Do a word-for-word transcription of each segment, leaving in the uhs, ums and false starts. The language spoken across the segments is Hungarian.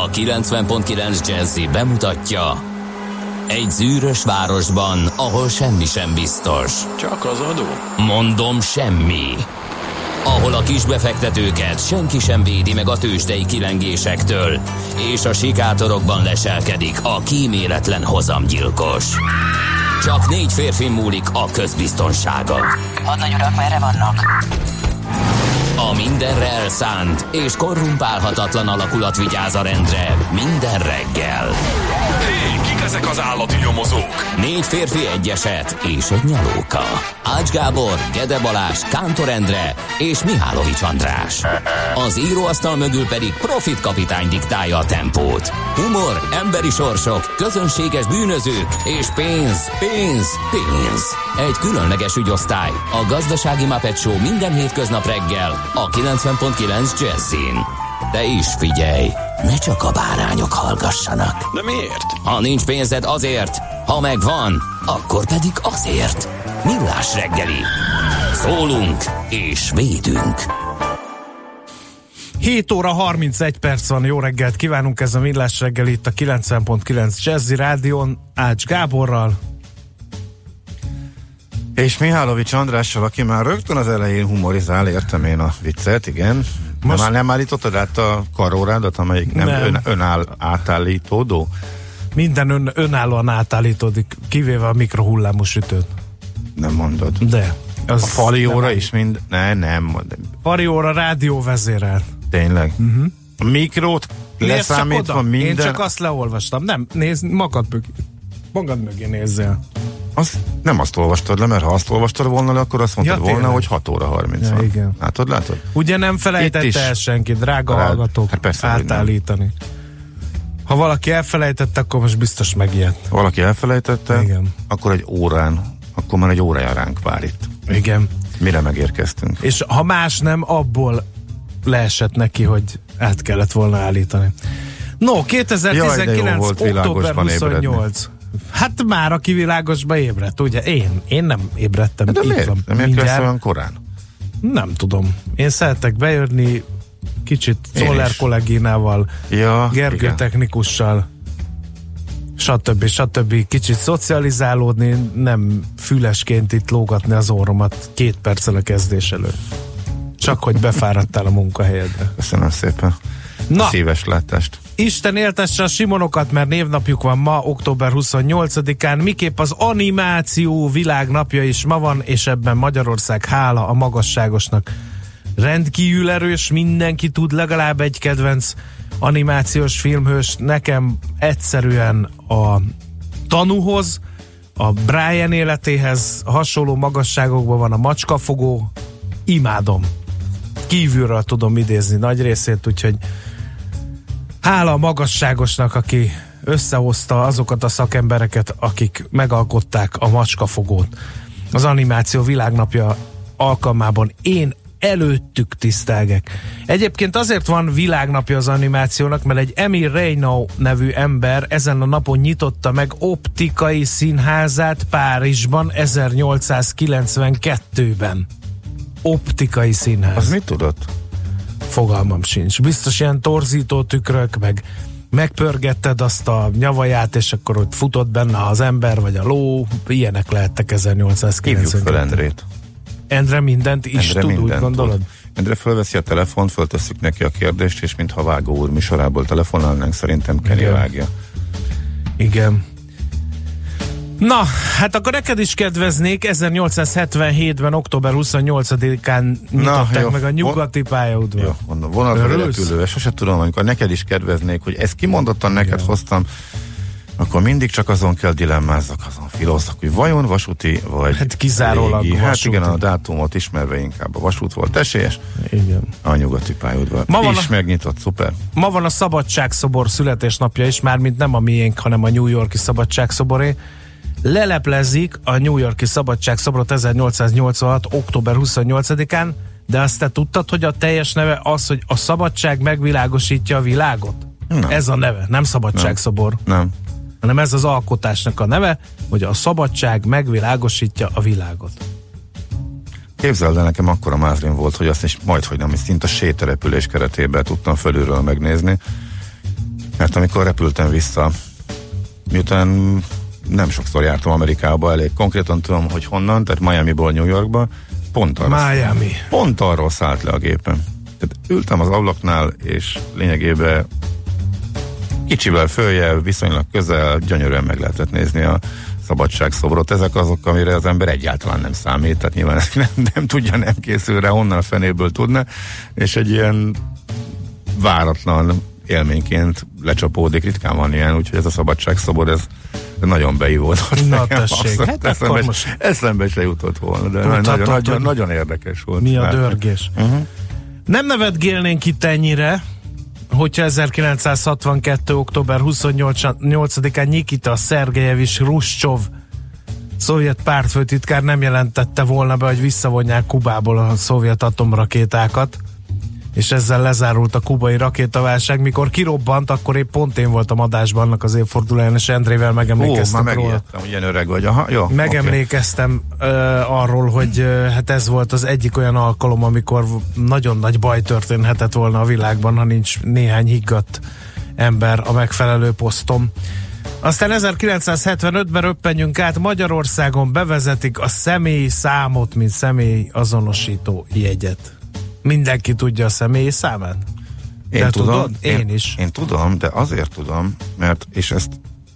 A kilencven pont kilenc Jazzy bemutatja: egy zűrös városban, ahol semmi sem biztos. Csak az adó? Mondom, semmi. Ahol a kisbefektetőket senki sem védi meg a tőzsdei kilengésektől, és a sikátorokban leselkedik a kíméletlen hozamgyilkos. Csak négy férfi múlik a közbiztonsága. Hadnagy urak, merre vannak? A mindenre elszánt és korrumpálhatatlan alakulat vigyáz a rendre minden reggel. Hé, kik ezek az állati nyomozók? Négy férfi, egy eset és egy nyalóka. Ács Gábor, Gede Balázs, Kántor Endre és Mihálovics András. Az íróasztal mögül pedig Profit kapitány diktálja a tempót. Humor, emberi sorsok, közönséges bűnözők és pénz, pénz, pénz. Egy különleges ügyosztály, a Gazdasági Muppet Show minden hétköznap reggel a kilencven pont kilenc Jazzin. De is figyelj, ne csak a bárányok hallgassanak. De miért? Ha nincs pénzed, azért, ha megvan, akkor pedig azért. Millás reggeli. Szólunk és védünk. hét óra harmincegy perc van, jó reggelt kívánunk, ez a Millás reggeli itt a kilencven pont kilenc Jazzy Rádión, Ács Gáborral. És Mihálovics Andrással, aki már rögtön az elején humorizál, értem én a viccet, igen. Most... Nem, nem állítottad át a karórádat, amelyik nem, nem. Ön, önáll átállítódó? Minden ön, önállóan átállítódik, kivéve a mikrohullámú sütőt. Nem mondod. De. Az a falióra is mind... Ne, nem. Falióra rádióvezérel. Tényleg? Uh-huh. A mikrót leszámítva minden... Én csak azt leolvastam. Nem, nézd, magad mögé. Magad mögé nézzél. Azt, nem azt olvastad le, mert ha azt olvastad volna le, akkor azt mondtad ja, volna, tényleg? Hogy hat óra harminc ja, van. Igen. Látod, látod? Ugye nem felejtette el senki, drága Rád, hallgatók, hát persze, átállítani. Ha valaki elfelejtette, akkor most biztos megijedt. Ha valaki elfelejtette, igen. Akkor egy órán, akkor már egy órája ránk vár itt. Igen. Mire megérkeztünk. És ha más nem, abból leesett neki, hogy át kellett volna állítani. No, kétezer-tizenkilenc. Jaj, október huszonnyolc. Hát már aki világosba ébredt, ugye? Én, én nem ébredtem. De miért? Van, de miért kezd olyan korán? Nem tudom. Én szeretek bejönni kicsit Czoller kolléginával, ja, Gergő igen. technikussal, stb. stb. Kicsit szocializálódni, nem fülesként itt lógatni az orromat két perccel a kezdés előtt. Csak hogy befáradtál a munkahelyedre. Köszönöm szépen. Na, szíves látást. Isten éltesse a Simonokat, mert névnapjuk van ma, október huszonnyolcadikán. Miképp az animáció világnapja is ma van, és ebben Magyarország hála a magasságosnak rendkívül erős, mindenki tud legalább egy kedvenc animációs filmhős. Nekem egyszerűen a Tanúhoz, a Brian életéhez hasonló magasságokban van a Macskafogó. Imádom. Kívülről tudom idézni nagy részét, úgyhogy hála a magasságosnak, aki összehozta azokat a szakembereket, akik megalkották a Macskafogót. Az animáció világnapja alkalmában én előttük tisztelgek. Egyébként azért van világnapja az animációnak, mert egy Emil Reynaud nevű ember ezen a napon nyitotta meg optikai színházát Párizsban ezernyolcszázkilencvenkettőben. Optikai színház. Az mit tudott? Fogalmam sincs. Biztos ilyen torzító tükrök, meg megpörgetted azt a nyavaját, és akkor ott futott benne az ember, vagy a ló. Ilyenek lehettek ezernyolcszázkilencvenkettőben. Hívjuk fel Endrét. Endre mindent is Endre tud, mindent úgy gondolod? Tud. Endre fölveszi a telefont, föltesszük neki a kérdést, és mintha Vágó úr műsorából telefonálnánk, szerintem Kenny vágja. Igen. Na, hát akkor neked is kedveznék, ezernyolcszázhetvenhétben. október huszonnyolcadikán nyitották Na, meg a nyugati pályaudvar. Jó, mondom, vonalfelület ülő, sose tudom, amikor neked is kedveznék, hogy ezt kimondottan neked Igen. hoztam, akkor mindig csak azon kell dilemmázzak, azon filózzak, hogy vajon vasúti, vagy hát kizárólag légi. vasúti. Hát igen, a dátumot ismerve inkább a vasút volt esélyes. Igen. A nyugati pályaudvar is a, megnyitott, szuper. Ma van a Szabadságszobor születésnapja is, mármint nem a miénk, hanem a New York-i Szabadságszoboré. Leleplezik a New York-i Szabadságszobrot ezernyolcszáznyolcvanhat. október huszonnyolcadikán, de azt te tudtad, hogy a teljes neve az, hogy a szabadság megvilágosítja a világot? Nem. Ez a neve, nem Szabadságszobor. Nem. nem. hanem ez az alkotásnak a neve, hogy a szabadság megvilágosítja a világot. Képzeld el, nekem akkora mázlim volt, hogy azt is majdhogy nem, szinte a sétarepülés keretében tudtam felülről megnézni. Mert amikor repültem vissza, miután nem sokszor jártam Amerikába, elég konkrétan tudom, hogy honnan, tehát Miamiból New Yorkba, pont arra, Miami. pont arról szállt le a gépem. Tehát ültem az ablaknál, és lényegében kicsivel följebb, viszonylag közel, gyönyörűen meg lehetett nézni a szabadságszobrot. Ezek azok, amire az ember egyáltalán nem számít, tehát nyilván nem, nem tudja, nem készül rá, honnan a fenéből tudna, és egy ilyen váratlan élményként lecsapódik, ritkán van ilyen, úgyhogy ez a szabadságszobor, ez nagyon beivódott. Na tessék, hát eszembe, most... eszembe se jutott volna, de nagyon, nagyon, nagyon érdekes volt. Mi a dörgés. Uh-huh. Nem nevetgélnénk itt ennyire, hogyha ezerkilencszázhatvankettő. október huszonnyolcadikán Nikita Szergejevics Hruscsov szovjet pártfőtitkár nem jelentette volna be, hogy visszavonják Kubából a szovjet atomrakétákat, és ezzel lezárult a kubai rakétaválság. Mikor kirobbant, akkor épp pont én voltam adásban annak az évfordulóján, és Endrével megemlékeztem. Ó, már megijedtem, hogy ilyen öreg vagy. Aha, jó, megemlékeztem okay. uh, arról, hogy uh, hát ez volt az egyik olyan alkalom, amikor nagyon nagy baj történhetett volna a világban, ha nincs néhány higgadt ember a megfelelő poszton. Aztán ezerkilencszázhetvenötben röppenjünk át, Magyarországon bevezetik a személyi számot, mint személyi azonosító jegyet. Mindenki tudja a személyi számát? Én Te tudom. Tudod? Én, én is. Én tudom, de azért tudom, mert, és ezt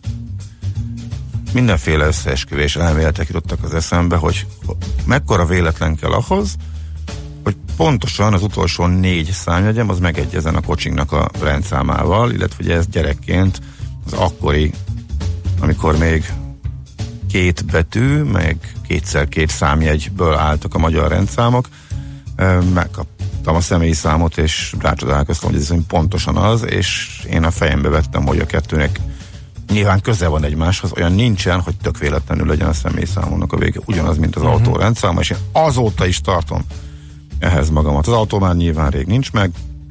mindenféle összeesküvés elméletek jutottak az eszembe, hogy mekkora véletlen kell ahhoz, hogy pontosan az utolsó négy számjegyem az megegyezen a kocsinknak a rendszámával, illetve ugye ez gyerekként az akkori, amikor még két betű, meg kétszer két számjegyből álltak a magyar rendszámok, megkaptam a személyi számot, és rácsodálkoztam, hogy ez pontosan az, és én a fejembe vettem, hogy a kettőnek nyilván köze van egymáshoz, olyan nincsen, hogy tök véletlenül legyen a személyi számomnak a vége, ugyanaz, mint az uh-huh. autó rendszáma, és én azóta is tartom ehhez magamat. Az autó már nyilván rég nincs meg,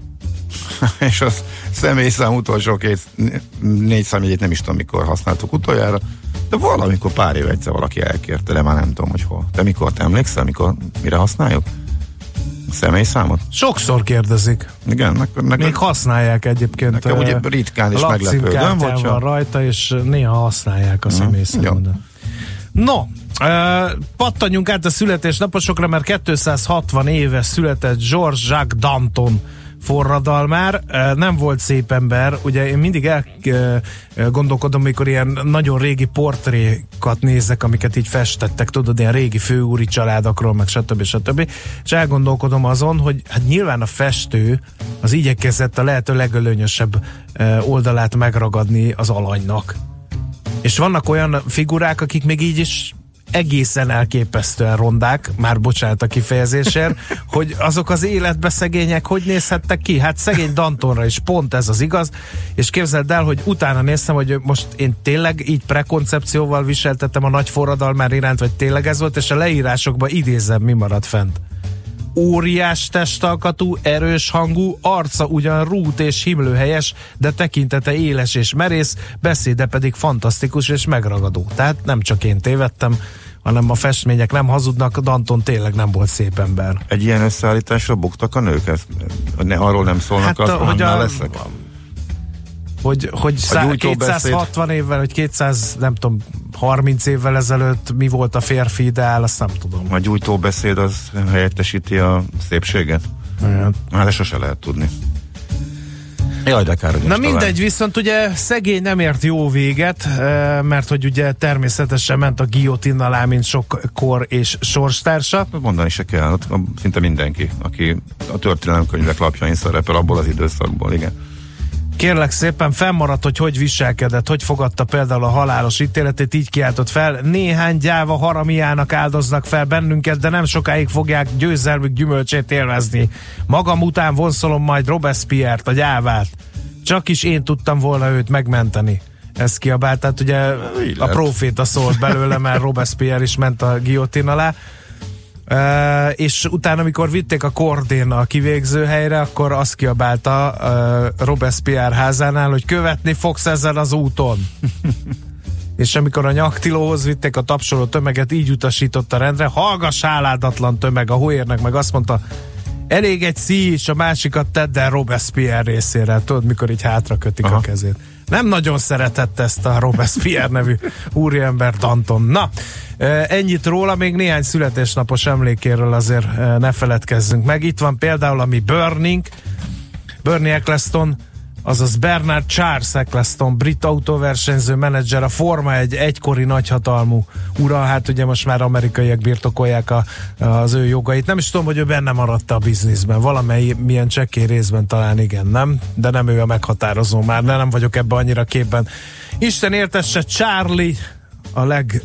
és a személyszám utolsó két, négy számjegyét nem is tudom, mikor használtuk utoljára, de valamikor pár éve egyszer valaki elkérte, de már nem tudom, hogy hol. De mikor te emlékszel, mikor, mire használjuk? A személyszámot? Sokszor kérdezik. Igen, neked, neked, még használják egyébként. Nekem ugye ritkán is meglepődöm. Vagy van rajta, és néha használják a hmm. személyszámot. No, uh, pattanjunk át a születésnaposokra, mert kétszázhatvan éve született Georges-Jacques Danton forradalmár, nem volt szép ember, ugye én mindig elgondolkodom, mikor ilyen nagyon régi portrékat nézek, amiket így festettek, tudod, ilyen régi főúri családokról, meg stb. stb. És elgondolkodom azon, hogy hát nyilván a festő az igyekezett a lehető legölönyösebb oldalát megragadni az alanynak. És vannak olyan figurák, akik még így is egészen elképesztően rondák, már bocsánat a kifejezésért, hogy azok az életbe szegények hogy nézhettek ki? Hát szegény Dantonra is pont ez az igaz, és képzeld el, hogy utána néztem, hogy most én tényleg így prekoncepcióval viseltettem a nagy forradalmár iránt, vagy tényleg ez volt, és a leírásokban idézem, mi maradt fent. Óriás testalkatú, erős hangú, arca ugyan rút és himlőhelyes, de tekintete éles és merész, beszéde pedig fantasztikus és megragadó. Tehát nem csak én tévedtem, hanem a festmények nem hazudnak, Danton tényleg nem volt szép ember. Egy ilyen összeállításra buktak a nők? Ezt, ne, arról nem szólnak, hát, az hogy a, leszek? Hogy, hogy szá- kétszázhatvan évvel, vagy kétszáz, nem tudom, harminc évvel ezelőtt mi volt a férfi ideál, azt nem tudom. A gyújtóbeszéd az helyettesíti a szépséget? Igen. Hát ezt sose lehet tudni. Jaj, de kár, Na mindegy, talán. Viszont ugye szegény nem ért jó véget, mert hogy ugye természetesen ment a guillotine alá, mint sok kor és sorstársa. Mondani se kell, ott szinte mindenki, aki a történelemkönyvek lapjain szerepel abból az időszakból, igen. Kérlek szépen, fennmaradt, hogy hogy viselkedett, hogy fogadta például a halálos ítéletét, így kiáltott fel: néhány gyáva haramiának áldoznak fel bennünket, de nem sokáig fogják győzelmük gyümölcsét élvezni. Magam után vonszolom majd Robespierre-t, a gyávát. Csak is én tudtam volna őt megmenteni. Ezt kiabált, tehát ugye a proféta szólt belőle, mert Robespierre is ment a guillotine alá. Uh, és utána, amikor vitték a kordén a kivégző helyre, akkor azt kiabálta uh, Robespierre házánál, hogy követni fogsz ezen az úton. És amikor a nyaktilóhoz vitték a tapsoló tömeget, így utasított a rendre: hallgass, háládatlan tömeg! A hóérnek meg azt mondta: Elég egy szí is, a másikat tedd el Robespierre részére, tudod, mikor így hátra kötik Aha. a kezét. Nem nagyon szeretett ezt a Robespierre nevű úriember Danton. Na, ennyit róla, még néhány születésnapos emlékéről azért ne feledkezzünk meg. Itt van például a mi Burning, Bernie Eccleston, azaz Bernard Charles Eccleston, brit autóversenyző menedzser, a Forma egy egykori nagyhatalmú ura, hát ugye most már amerikaiak birtokolják a, az ő jogait. Nem is tudom, hogy ő benne maradt a bizniszben, valamely milyen csekkély részben talán igen, nem? De nem ő a meghatározó már, de nem vagyok ebben annyira képben. Isten értesse, Charlie a leg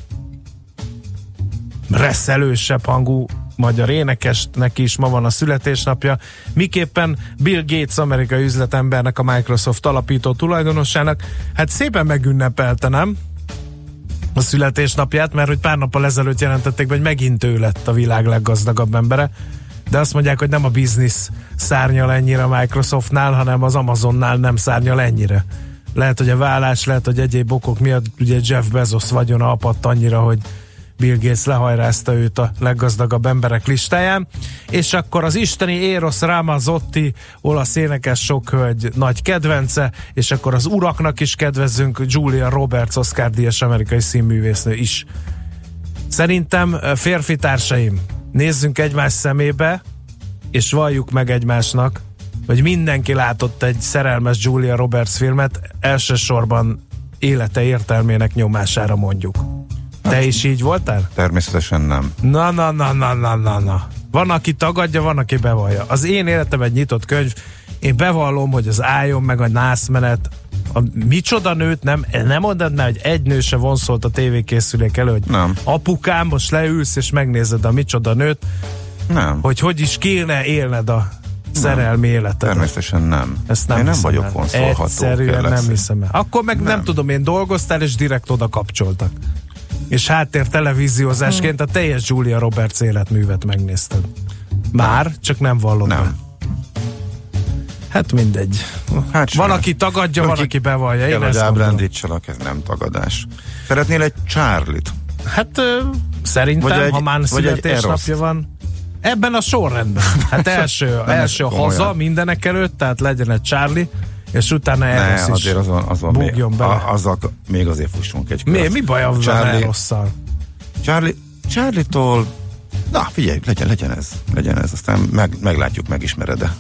reszelősebb hangú magyar énekesnek is ma van a születésnapja, miképpen Bill Gates amerikai üzletembernek, a Microsoft alapító tulajdonosának, hát szépen megünnepelte, nem? A születésnapját, mert hogy pár nappal ezelőtt jelentették be, hogy megint ő lett a világ leggazdagabb embere, de azt mondják, hogy nem a biznisz szárnyal ennyire a Microsoftnál, hanem az Amazonnál nem szárnyal ennyire. Lehet, hogy a vállás, lehet, hogy egyéb okok miatt ugye Jeff Bezos vagyona apadt annyira, hogy Bill Gates lehajrázta őt a leggazdagabb emberek listáján, és akkor az isteni Eros Ramazzotti, olasz énekes sokhölgy nagy kedvence, és akkor az uraknak is kedvezzünk, Julia Roberts, Oscar-díjas amerikai színművésznő is. Szerintem, férfi társaim, nézzünk egymás szemébe, és valljuk meg egymásnak, hogy mindenki látott egy szerelmes Julia Roberts filmet, elsősorban élete értelmének nyomására mondjuk. Te is így voltál? Természetesen nem. Na, na, na, na, na, na, na. Van, aki tagadja, van, aki bevallja. Az én életem egy nyitott könyv. Én bevallom, hogy az álljon meg a nászmenet, a micsoda nőt nem, nem mondaná, hogy egy nő se vonszolt a tévékészülék elő, hogy nem. Apukám, most leülsz és megnézed a micsoda nőt, nem. Hogy hogy is kéne élned a szerelmi életedet. Természetesen nem. Ezt nem én nem hiszem vagyok el. vonszolható. Egyszerűen nem hiszem el. Akkor meg nem. nem tudom, én dolgoztál és direkt oda kapcsoltak. És háttér televíziózásként a teljes Julia Roberts életművet megnézted. Már, csak nem vallom. Nem. Hát mindegy. Hát van, aki tagadja, van, aki bevallja. Én ezt ábrándítsalak, ez nem tagadás. Szeretnél egy Charlie-t? Hát ö, szerintem, egy, ha már születésnapja van. Ebben a sorrendben. Hát első, első haza mindenek előtt, tehát legyen egy Charlie, és utána Eros is azért azon, azon bugjon még, bele. A, azzal még azért fussunk egy Mi, mi baj a Erosszal? Charlie, Charlie-tól na figyelj, legyen, legyen ez, legyen ez, aztán meg, meglátjuk, megismered-e.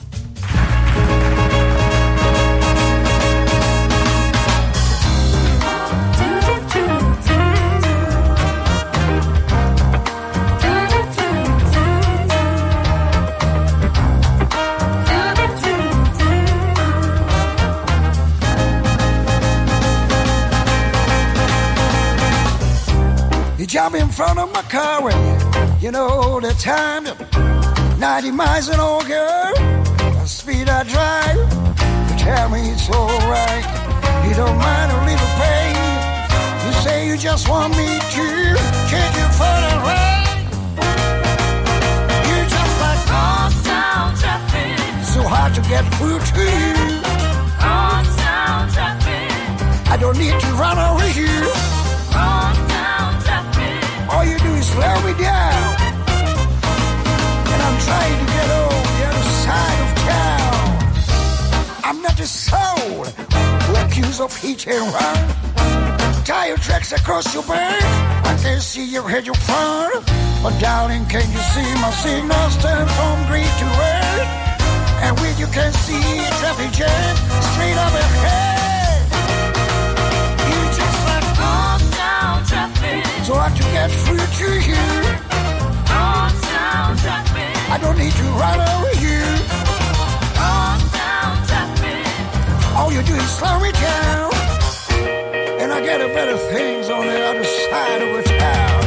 Jump in front of my car when you know the time, ninety miles an hour, girl, the speed I drive. You tell me it's alright, you don't mind a little pain. You say you just want me to change you for the right. You just like crosstown traffic, so hard to get through to you. Crosstown traffic, I don't need to run over you. All you do is slow me down, and I'm trying to get over the other side of town. I'm not the soul who accuse of hit and run. Tire tracks across your back, I can see you head your front. But darling, can you see my signals turn from green to red? And when you can see a traffic jam straight up ahead, you just like crosstown traffic. So hard to get through to you. Crosstown traffic, I don't need to run over you. Crosstown traffic, all you do is slow me down, and I get a better things on the other side of the town.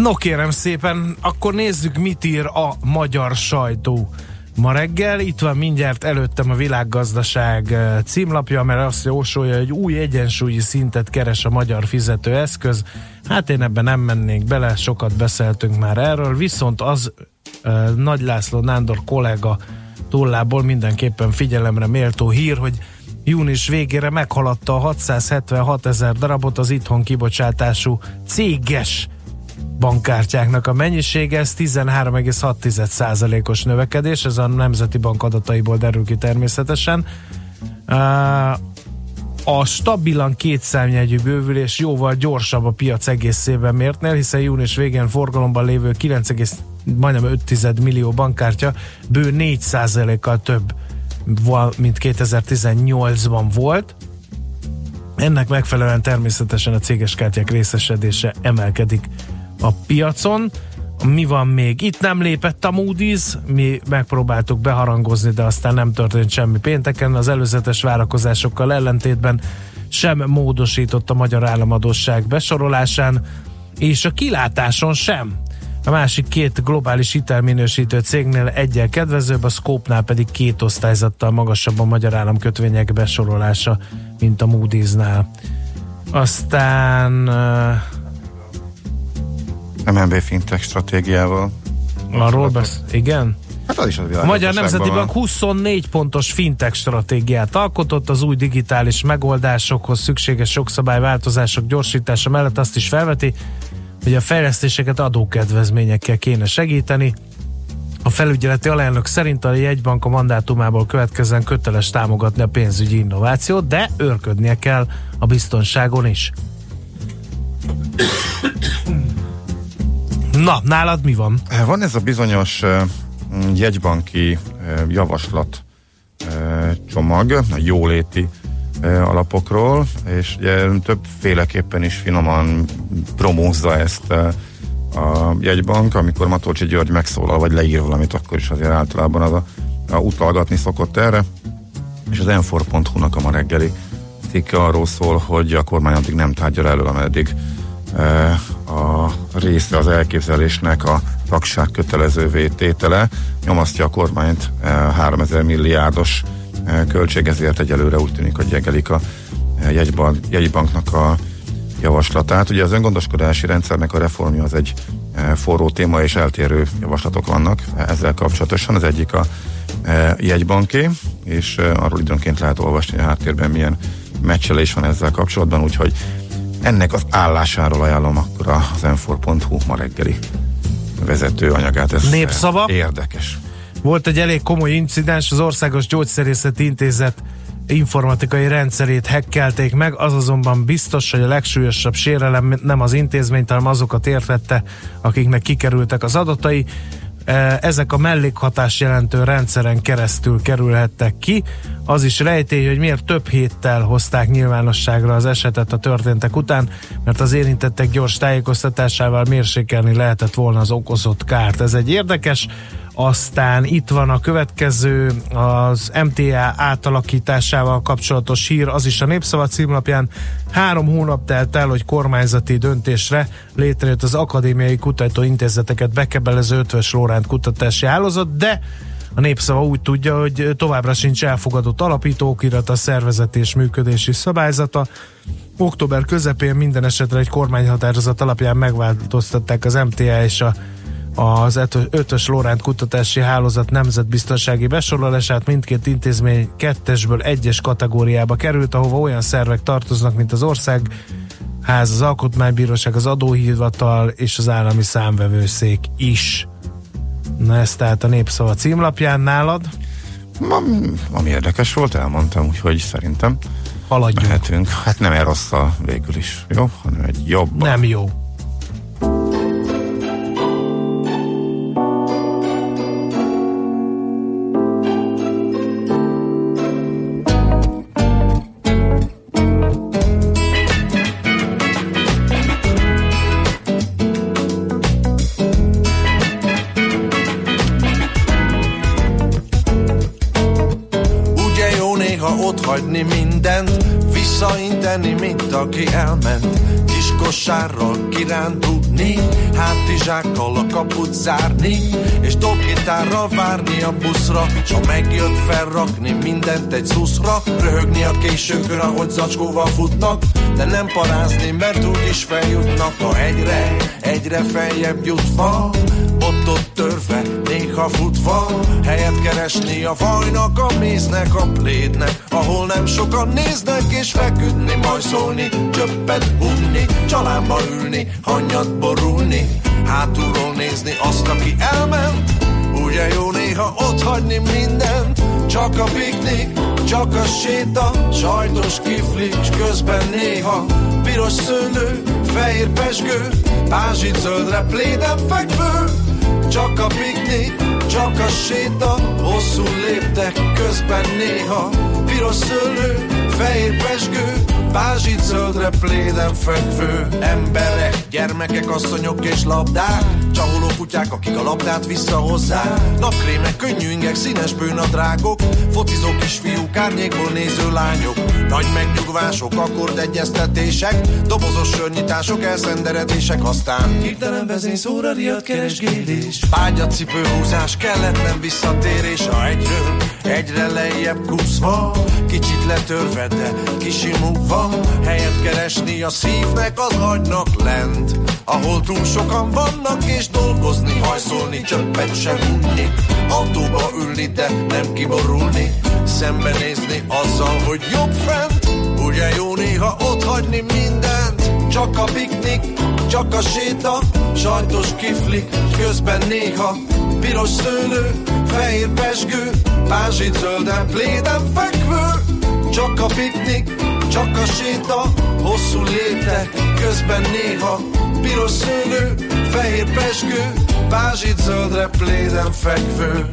No kérem szépen, akkor nézzük, mit ír a magyar sajtó ma reggel. Itt van mindjárt előttem a Világgazdaság címlapja, mert azt jósolja, hogy új egyensúlyi szintet keres a magyar fizetőeszköz. Hát én ebben nem mennék bele, sokat beszéltünk már erről, viszont az uh, Nagy László Nándor kollega tollából mindenképpen figyelemre méltó hír, hogy június végére meghaladta a hatszázhetvenhat ezer darabot az itthon kibocsátású céges bankkártyáknak a mennyisége, ez tizenhárom egész hat százalékos növekedés, ez a Nemzeti Bank adataiból derül ki természetesen. A stabilan kétszámjegyű bővülés jóval gyorsabb a piac egészében mértnél, hiszen június végén forgalomban lévő kilenc egész öt millió bankkártya bő négy százalékkal több, mint kétezer-tizennyolcban volt. Ennek megfelelően természetesen a céges kártyák részesedése emelkedik a piacon. Mi van még? Itt nem lépett a Moody's, mi megpróbáltuk beharangozni, de aztán nem történt semmi pénteken. Az előzetes várakozásokkal ellentétben sem módosított a magyar államadósság besorolásán, és a kilátáson sem. A másik két globális hitelminősítő cégnél egyel kedvezőbb, a Scope-nál pedig két osztályzattal magasabb a magyar államkötvények besorolása, mint a Moody's-nál. Aztán em en bé Fintech stratégiával. Arról besz... Igen? Hát az is az a Magyar Nemzeti Bank huszonnégy pontos fintech stratégiát alkotott, az új digitális megoldásokhoz szükséges jogszabályváltozások gyorsítása mellett azt is felveti, hogy a fejlesztéseket adókedvezményekkel kéne segíteni. A felügyeleti alelnök szerint a jegybank a mandátumából következően köteles támogatni a pénzügyi innovációt, de őrködnie kell a biztonságon is. Na, nálad mi van? Van ez a bizonyos uh, jegybanki uh, javaslat uh, csomag, a jóléti uh, alapokról, és uh, többféleképpen is finoman promózza ezt uh, a jegybank, amikor Matolcsy György megszólal, vagy leír valamit, akkor is azért általában az a, a utalgatni szokott erre, és az enfor pont hu-nak a ma reggeli cikke arról szól, hogy a kormány addig nem tárgyal elő, ameddig a része az elképzelésnek a tagság kötelezővé tétele nyomasztja a kormányt háromezer milliárdos költség, ezért egyelőre úgy tűnik, hogy jegelik a jegybank, jegybanknak a javaslatát. Ugye az öngondoskodási rendszernek a reformja az egy forró téma, és eltérő javaslatok vannak ezzel kapcsolatosan. Az egyik a jegybanké, és arról időnként lehet olvasni a háttérben milyen meccselés van ezzel kapcsolatban, úgyhogy ennek az állásáról ajánlom akkor az enfor pont hu ma reggeli vezető anyagát. Ez Népszava. Érdekes. Volt egy elég komoly incidens, az Országos Gyógyszerészeti Intézet informatikai rendszerét hackelték meg, az azonban biztos, hogy a legsúlyosabb sérelem nem az intézményt, hanem azokat értette, akiknek kikerültek az adatai. Ezek a mellékhatás jelentő rendszeren keresztül kerülhettek ki. Az is rejtély, hogy miért több héttel hozták nyilvánosságra az esetet a történtek után, mert az érintettek gyors tájékoztatásával mérsékelni lehetett volna az okozott kárt. Ez egy érdekes. Aztán itt van a következő, az em té á átalakításával kapcsolatos hír, az is a Népszava címlapján. Három hónap telt el, hogy kormányzati döntésre létrejött az akadémiai kutatóintézeteket bekebelező Eötvös Loránd kutatási hálózat, de a Népszava úgy tudja, hogy továbbra sincs elfogadott alapítóokirata, szervezeti és működési szabályzata. Október közepén minden esetre egy kormányhatározat alapján megváltoztatták az em té á és a az Eötvös Loránd kutatási hálózat nemzetbiztonsági besorolását. Mindkét intézmény kettesből egyes kategóriába került, ahova olyan szervek tartoznak, mint az Országház, az Alkotmánybíróság, az Adóhivatal és az Állami Számvevőszék is. Na ez tehát a Népszava címlapján. Nálad? Ami érdekes volt, elmondtam, úgyhogy szerintem haladjunk. Mehetünk. Hát nem rossz a végül is, jó? Hanem egy jobb. Nem jó. néha otthagyni mindent, visszainteni, mint aki elment, kis kosárral kirándulni, hátizsákkal a kaput zárni, és dobgitárral várni a buszra, s ha megjött felrakni mindent egy szuszra, röhögni a későkön, ahogy zacskóval futnak, de nem parázni, mert úgyis feljutnak, ha egyre, egyre feljebb jutva, ott-ott törve, néha futva, helyet keresni a vajnak, a méznek, a plédnek, ahol nem sokan néznek, és feküdni, majszolni, csöppet unni, családba ülni, hannyat borulni, hátulról nézni azt, aki elment. Ugye jó néha otthagyni mindent, csak a piknik, csak a séta, sajtos kifli, s közben néha piros szőlő, fehér pezsgő, pázsit zöldre pléden fekvő. Csak a piknik, csak a séta, hosszú léptek, közben néha piros szőlő, fehér pezsgő, pázsit zöldre pléden fekvő. Emberek, gyermekek, asszonyok és labdák, csaholó kutyák, akik a labdát visszahozzák, napkrémek, könnyű ingek, színes bőnadrágok, focizó kisfiúk, árnyékból néző lányok, nagy megnyugvások, akkordegyeztetések, dobozos sörnyitások, elszenderedések, aztán hirtelen vezényszóra riadt keresgélés, págyacipőhúzás, kelletlen visszatérés, a egyről egyre lejjebb kúszva, kicsit letörve, de kisimulva, helyet keresni a szívnek, az agynak lent, ahol túl sokan vannak, és dolgozni, hajszolni, csöppet sem unni, autóba ülni, de nem kiborulni, szembenézni azzal, hogy jobb fent. Ugye jó néha otthagyni mindent, csak a piknik, csak a séta, sajtos kiflik, közben néha piros szőlő, fehér pezsgő, pázsit zölden pléden fekvő. Csak a piknik, csak a séta, hosszú léptek, közben néha piros szőlő, fehér pezsgő, pázsit zöldre pléden fekvő.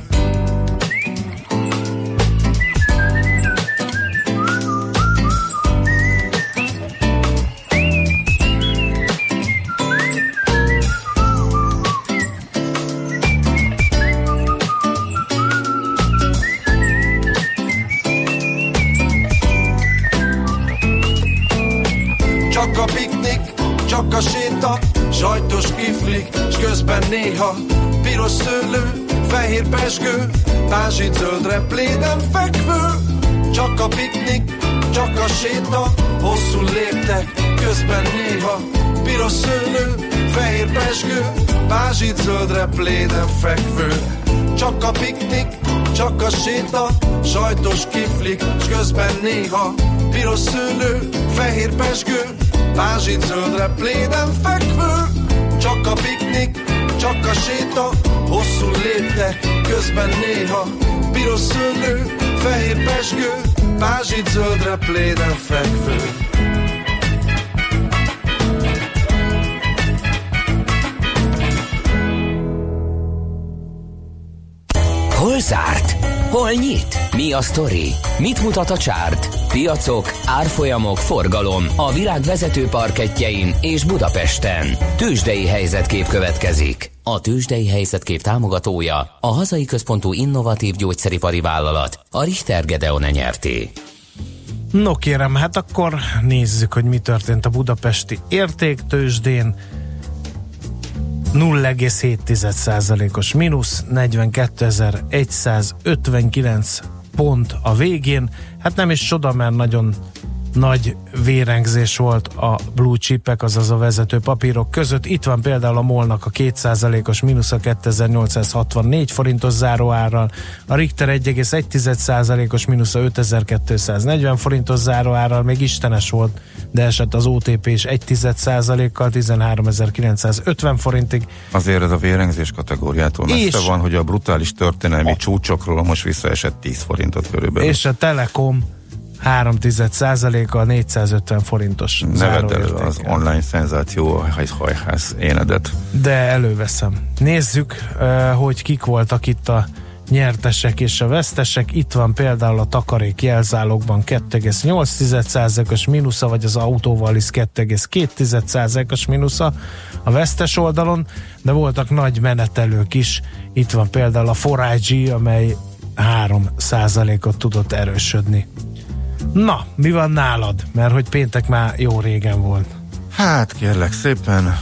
Csak a séta, sajtos kiflik, s közben néha piros szőlő, fehér pezsgő, pázsit zöldre pléden fekvő. Csak a piknik, csak a séta, hosszú léptek, közben néha piros szőlő, fehér pezsgő, pázsit zöldre pléden fekvő. Csak a piknik, csak a séta, sajtos kiflik, s közben néha piros szőlő, fehér pezsgő, pázsit zöldre pléden fekvő. Csak a piknik, csak a séta, hosszú léptek, közben néha piros szőlő, fehér pezsgő, pázsit zöldre pléden fekvő. Hol zárt? Hol nyit? Mi a sztori? Mit mutat a csárt? Piacok, árfolyamok, forgalom a világ vezető parkettjein és Budapesten. Tőzsdei helyzetkép következik. A Tőzsdei helyzetkép támogatója a hazai központú innovatív gyógyszeripari vállalat, a Richter Gedeon Nyrt. No kérem, hát akkor nézzük, hogy mi történt a budapesti értéktőzsdén. nulla egész hét százalékos mínusz, negyvenkétezer-egyszázötvenkilenc pont a végén. Hát nem is csoda, mert nagyon nagy vérengzés volt a blue chipek, azaz a vezető papírok között. Itt van például a MOL-nak a két százalékos mínusz a kétezer-nyolcszázhatvannégy forintos záróárral, a Richter egy egész egy százalékos mínusz a ötezer-kétszáznegyven forintos záróárral, még istenes volt, de esett az o té pé is egy százalékkal tizenháromezer-kilencszázötven forintig. Azért ez a vérengzés kategóriától messze és van, hogy a brutális történelmi a csúcsokról most visszaesett tíz forintot körülbelül. És a Telekom három százaléka négyszázötven forintos neved elő az online szenzáció hajház énedet. De előveszem. Nézzük, hogy kik voltak itt a nyertesek és a vesztesek. Itt van például a takarék jelzálogban kettő egész nyolc százalékos mínusza, vagy az autóval is kettő egész két százalékos mínusza a vesztes oldalon, de voltak nagy menetelők is. Itt van például a négy G, amely három százalékot tudott erősödni. Na, mi van nálad? Mert hogy péntek már jó régen volt. Hát kérlek szépen,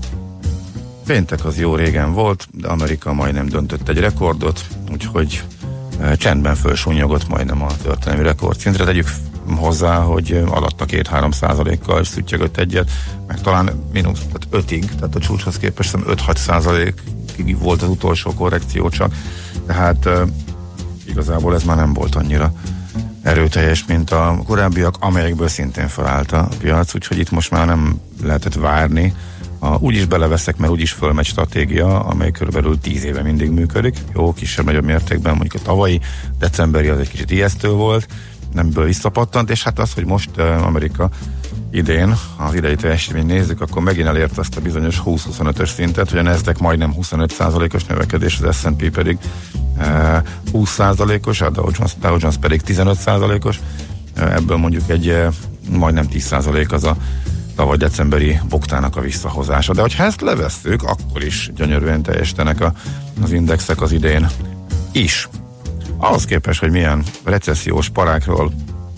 péntek az jó régen volt, de Amerika majdnem döntött egy rekordot, úgyhogy e, csendben fölsúnyogott majdnem a történelmi rekordszintre. Tegyük hozzá, hogy alatta két-három százalékkal szüttyögött egyet, meg talán mínusz, tehát ötig, tehát a csúcshoz képest öt-hat százalékig volt az utolsó korrekció csak, tehát e, igazából ez már nem volt annyira erőteljes, mint a korábbiak, amelyekből szintén felállt a piac, úgyhogy itt most már nem lehetett várni. A, úgyis beleveszek, mert úgyis fölmegy stratégia, amely körülbelül tíz éve mindig működik. Jó, kisebb-nagyobb mértékben, mondjuk a tavalyi decemberi az egy kicsit ijesztő volt, nemből visszapattant, és hát az, hogy most uh, Amerika idén, az idei teljesítményt nézzük, akkor megint elért azt a bizonyos húsz-huszonötös szintet, hogy a Nasdaq majdnem huszonöt százalékos növekedés, az es and pé pedig uh, húsz százalékos, a Dow Jones, Dow Jones pedig tizenöt százalékos, uh, ebből mondjuk egy uh, majdnem tíz százalék az a tavaly decemberi boktának a visszahozása. De hogyha ezt levesszük, akkor is gyönyörűen teljesítenek a, az indexek az idén is. Ahhoz képest, hogy milyen recessziós parákról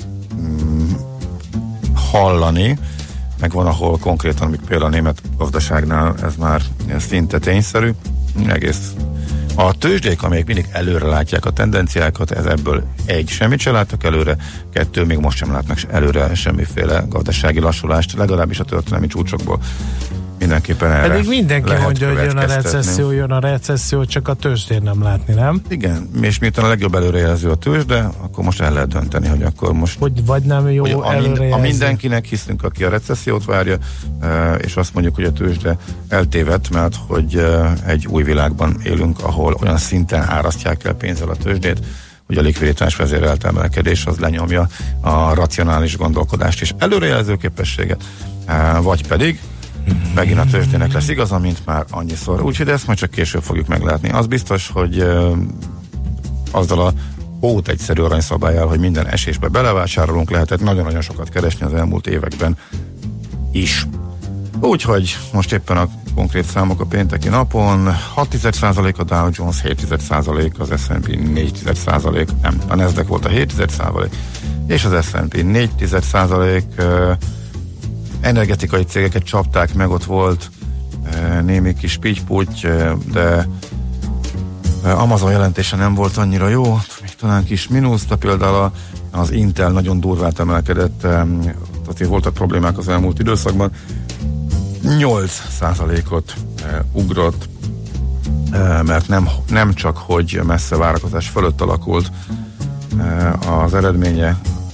mm, hallani, meg van, ahol konkrétan, még például a német gazdaságnál ez már szinte tényszerű, egész a tőzsdék, amelyek mindig előre látják a tendenciákat, ez ebből egy, semmit sem láttak előre, kettő, még most sem látnak előre semmiféle gazdasági lassulást, legalábbis a történelmi csúcsokból. Mindenképpen erre pedig mindenki mondja, hogy jön a recesszió, jön a recesszió, csak a tőzsdén nem látni, nem? Igen, és miután a legjobb előrejelző a tőzsde, akkor most el lehet dönteni, hogy akkor most... Hogy vagy nem jó a, előrejelző. A mindenkinek hiszünk, aki a recessziót várja, és azt mondjuk, hogy a tőzsde eltévedt, mert hogy egy új világban élünk, ahol olyan szinten árasztják el pénzzel a tőzsdét, hogy a likviditás vezérelt emelkedés az lenyomja a racionális gondolkodást és előrejelző képességet, vagy pedig megint a tőzsdének lesz igaza, mint már annyiszor. Úgyhogy ezt majd csak később fogjuk meglátni. Az biztos, hogy ö, azzal a ót egyszerű aranyszabályjal, hogy minden esésbe belevásárolunk, lehetett nagyon-nagyon sokat keresni az elmúlt években is. Úgyhogy most éppen a konkrét számok a pénteki napon, hat százalék a Dow Jones, hét százalék az es and pé, négy százalék, nem, a Nasdaq volt a hét százalék, és az es and pé négy százalék. Energetikai cégeket csapták meg, ott volt e, némi kis pitty-putty, e, de e, Amazon jelentése nem volt annyira jó, még talán kis mínusz, de például az Intel nagyon durvát emelkedett, e, azért voltak problémák az elmúlt időszakban, nyolc százalékot e, ugrott, e, mert nem, nem csak, hogy messze várakozás fölött alakult e, az eredménye,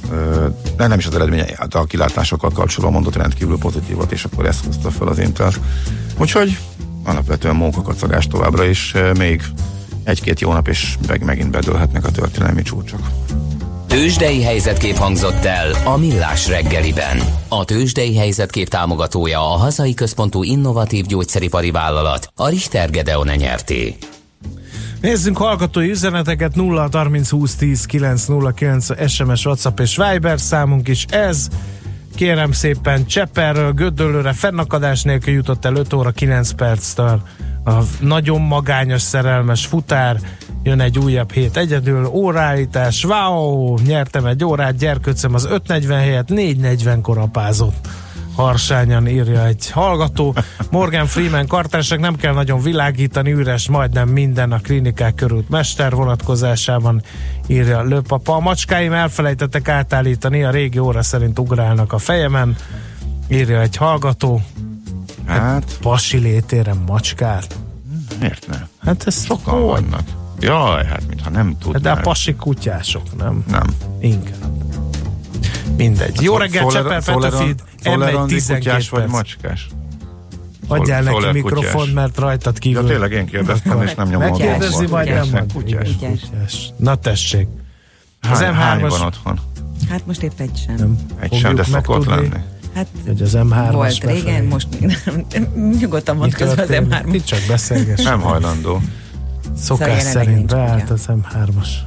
de nem is az eredménye, de a kilátásokkal kapcsolatban mondott rendkívül pozitívat, és akkor ezt hozta fel az Intelt. Úgyhogy alapvetően mókakacagás továbbra is, még egy-két jó nap, és meg megint bedőlhetnek a történelmi csúcsok. Tőzsdei helyzetkép hangzott el a Millás reggeliben. A Tőzsdei helyzetkép támogatója a hazai központú innovatív gyógyszeripari vállalat, a Richter Gedeon nyerté. Nézzünk hallgatói üzeneteket, nulla harminc húsz tíz kilenc nulla kilenc es em es, WhatsApp és Viber számunk is ez. Kérem szépen, Cseperről Gödöllőre fennakadás nélkül jutott el öt óra kilenc perctől a nagyon magányos szerelmes futár. Jön egy újabb hét egyedül, órállítás, wow, nyertem egy órát, gyerkőcöm az öt negyven helyett négy negyvenkor apázott. Harsányan írja egy hallgató. Morgan Freeman kartársak, nem kell nagyon világítani, üres majdnem minden a klinikák körül mester vonatkozásában, írja Lőpapa. A macskáim elfelejtettek átállítani, a régi óra szerint ugrálnak a fejemen, írja egy hallgató. Hát, hát pasi létére macskát. Miért ne? Hát ez sokan hogy? Vannak. Jaj, hát mintha nem tudnák. De a pasi kutyások, nem? Nem. Inkább. Mindegy. Hát Jó reggel, Cseper Petőfid, em egy tizenkét vagy macskás? Adjál neki mikrofon, mert rajtad kívül. Ja, tényleg én kérdeztem, és nem nyomom. Megkérdezi, vagy nem mond. Kutyás. Kutyás. Na tessék. Az hány, hány van otthon? Hát most épp egy sem. Nem. Egy sem, de szokott lenni. Hát hogy az em hármas volt befelé. Régen, most még nem. Nyugodtan mond közben az em hármas. Itt csak beszélgess. Nem hajlandó. Szokás szóval szerint beállt az em hármas.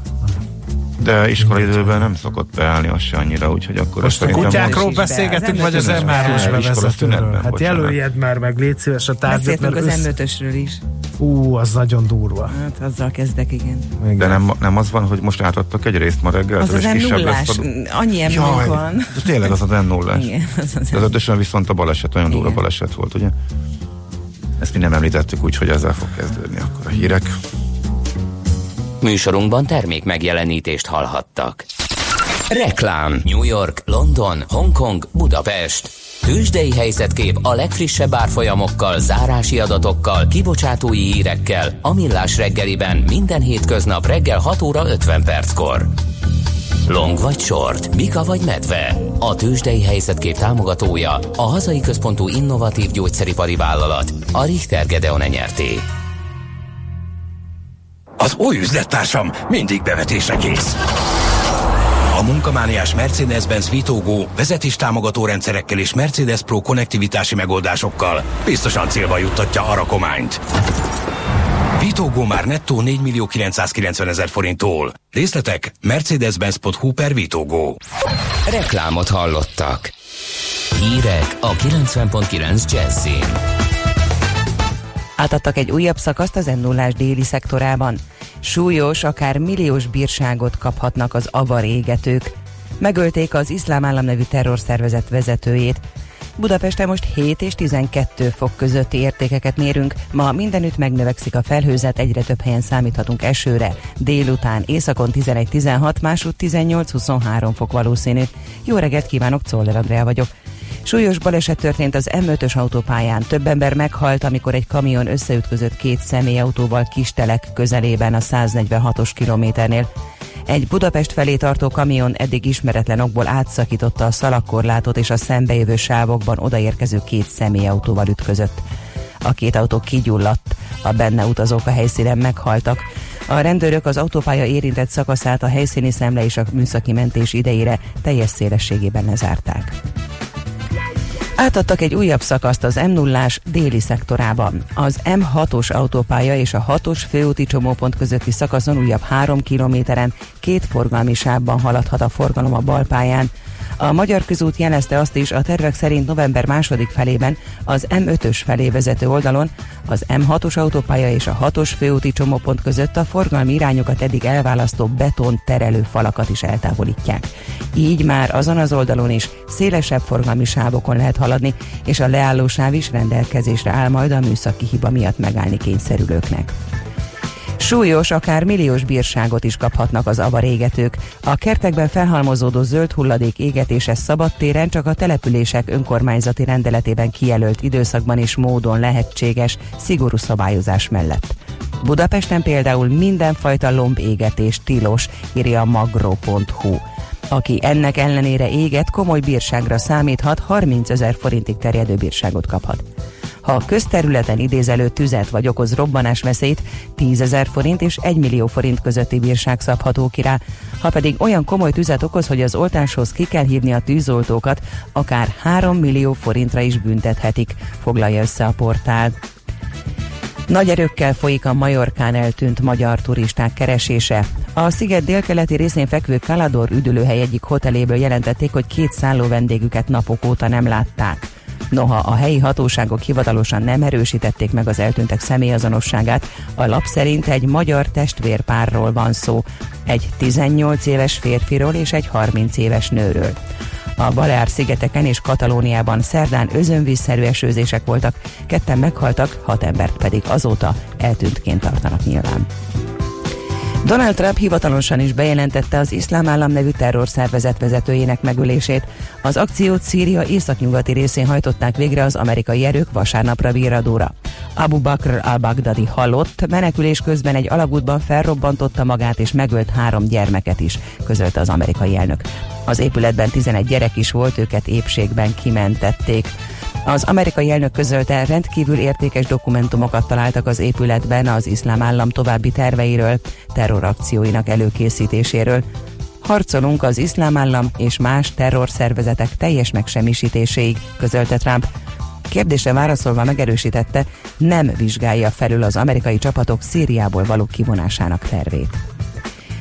De iskolai időben nem szokott beállni az se annyira, úgyhogy akkor... Most a kutyákról beszélgetünk, vagy az em hármas bevezetőről? Hát jelöljed már meg, légy szíves a tárgyat. Beszéltünk az em ötösről is. Ú, az nagyon durva. Hát azzal kezdek, igen. igen. De nem, nem az van, hogy most átadtak egy részt ma reggel? Az az em nullás, annyi em nullás van. De tényleg az az em nullás. Igen, az az de ötösen viszont a baleset, olyan durva baleset volt, ugye? Ezt mi nem említettük, úgyhogy ezzel fog kezdődni akkor a hírek. Műsorunkban termék megjelenítést hallhattak. Reklám. New York, London, Hongkong, Budapest. Tőzsdei helyzetkép a legfrissebb árfolyamokkal, zárási adatokkal, kibocsátói hírekkel a Millás reggeliben minden hétköznap reggel hat óra ötven perckor. Long vagy short, bika vagy medve. A tőzsdei helyzetkép támogatója a hazai központú innovatív gyógyszeripari vállalat, a Richter Gedeon nyerté. Az új üzlettársam mindig bevetésre kész. A munkamániás Mercedes-Benz Vitógo vezetéstámogató rendszerekkel és Mercedes Pro konnektivitási megoldásokkal biztosan célba juttatja a rakományt. Vitógo már nettó négymillió kilencszázkilencvenezer forinttól. Részletek mercedes-benz pont hu per Vitógo. Reklámot hallottak. Hírek a kilencven pont kilenc Jazzin. Átadtak egy újabb szakaszt az em nullás déli szektorában. Súlyos, akár milliós bírságot kaphatnak az avarégetők. Megölték az Iszlám Állam nevű terrorszervezet vezetőjét. Budapesten most hét és tizenkettő fok közötti értékeket mérünk. Ma mindenütt megnövekszik a felhőzet, egyre több helyen számíthatunk esőre. Délután északon tizenegy tizenhat, másút tizennyolc huszonhárom fok valószínű. Jó reggelt kívánok, Czoller Andrea vagyok. Súlyos baleset történt az em ötös autópályán. Több ember meghalt, amikor egy kamion összeütközött két személyautóval Kistelek közelében a száznegyvenhatos kilométernél. Egy Budapest felé tartó kamion eddig ismeretlen okból átszakította a szalagkorlátot, és a szembejövő sávokban odaérkező két személyautóval ütközött. A két autó kigyulladt, a benne utazók a helyszínen meghaltak. A rendőrök az autópálya érintett szakaszát a helyszíni szemle és a műszaki mentés idejére teljes szélességében lezárták. Átadtak egy újabb szakaszt az em nullás déli szektorában. Az em hatos autópálya és a hatos főúti csomópont közötti szakaszon újabb három kilométeren két forgalmi sávban haladhat a forgalom a balpályán. A Magyar Közút jelezte azt is, a tervek szerint november második felében az em ötös felé vezető oldalon az em hatos autópálya és a hatos főúti csomópont között a forgalmi irányokat eddig elválasztó beton terelő falakat is eltávolítják. Így már azon az oldalon is szélesebb forgalmi sávokon lehet haladni, és a leállósáv is rendelkezésre áll majd a műszaki hiba miatt megállni kényszerülőknek. Súlyos, akár milliós bírságot is kaphatnak az avarégetők. A kertekben felhalmozódó zöld hulladék égetése szabadtéren csak a települések önkormányzati rendeletében kijelölt időszakban és módon lehetséges, szigorú szabályozás mellett. Budapesten például mindenfajta lombégetés tilos, írja magro pont hu. Aki ennek ellenére éget, komoly bírságra számíthat, harmincezer forintig terjedő bírságot kaphat. Ha a közterületen idéz elő tüzet vagy okoz robbanásveszélyt, tízezer forint és egy millió forint közötti bírság szabható ki rá. Ha pedig olyan komoly tüzet okoz, hogy az oltáshoz ki kell hívni a tűzoltókat, akár három millió forintra is büntethetik, foglalja össze a portál. Nagy erőkkel folyik a Majorkán eltűnt magyar turisták keresése. A sziget délkeleti részén fekvő Calador üdülőhely egyik hoteléből jelentették, hogy két szálló vendégüket napok óta nem látták. Noha a helyi hatóságok hivatalosan nem erősítették meg az eltűntek személyazonosságát, a lap szerint egy magyar testvérpárról van szó, egy tizennyolc éves férfiról és egy harminc éves nőről. A Baleár-szigeteken és Katalóniában szerdán özönvízszerű esőzések voltak, ketten meghaltak, hat embert pedig azóta eltűntként tartanak nyilván. Donald Trump hivatalosan is bejelentette az Iszlám Állam nevű terrorszervezet vezetőjének megölését. Az akciót Szíria északnyugati részén hajtották végre az amerikai erők vasárnapra virradóra. Abu Bakr al-Baghdadi halott, menekülés közben egy alagútban felrobbantotta magát és megölt három gyermeket is, közölte az amerikai elnök. Az épületben tizenegy gyerek is volt, őket épségben kimentették. Az amerikai elnök közölte, rendkívül értékes dokumentumokat találtak az épületben az Iszlám Állam további terveiről, terrorakcióinak előkészítéséről. Harcolunk az Iszlám Állam és más terrorszervezetek teljes megsemmisítéséig, közölte Trump. Kérdésre válaszolva megerősítette, nem vizsgálja felül az amerikai csapatok Szíriából való kivonásának tervét.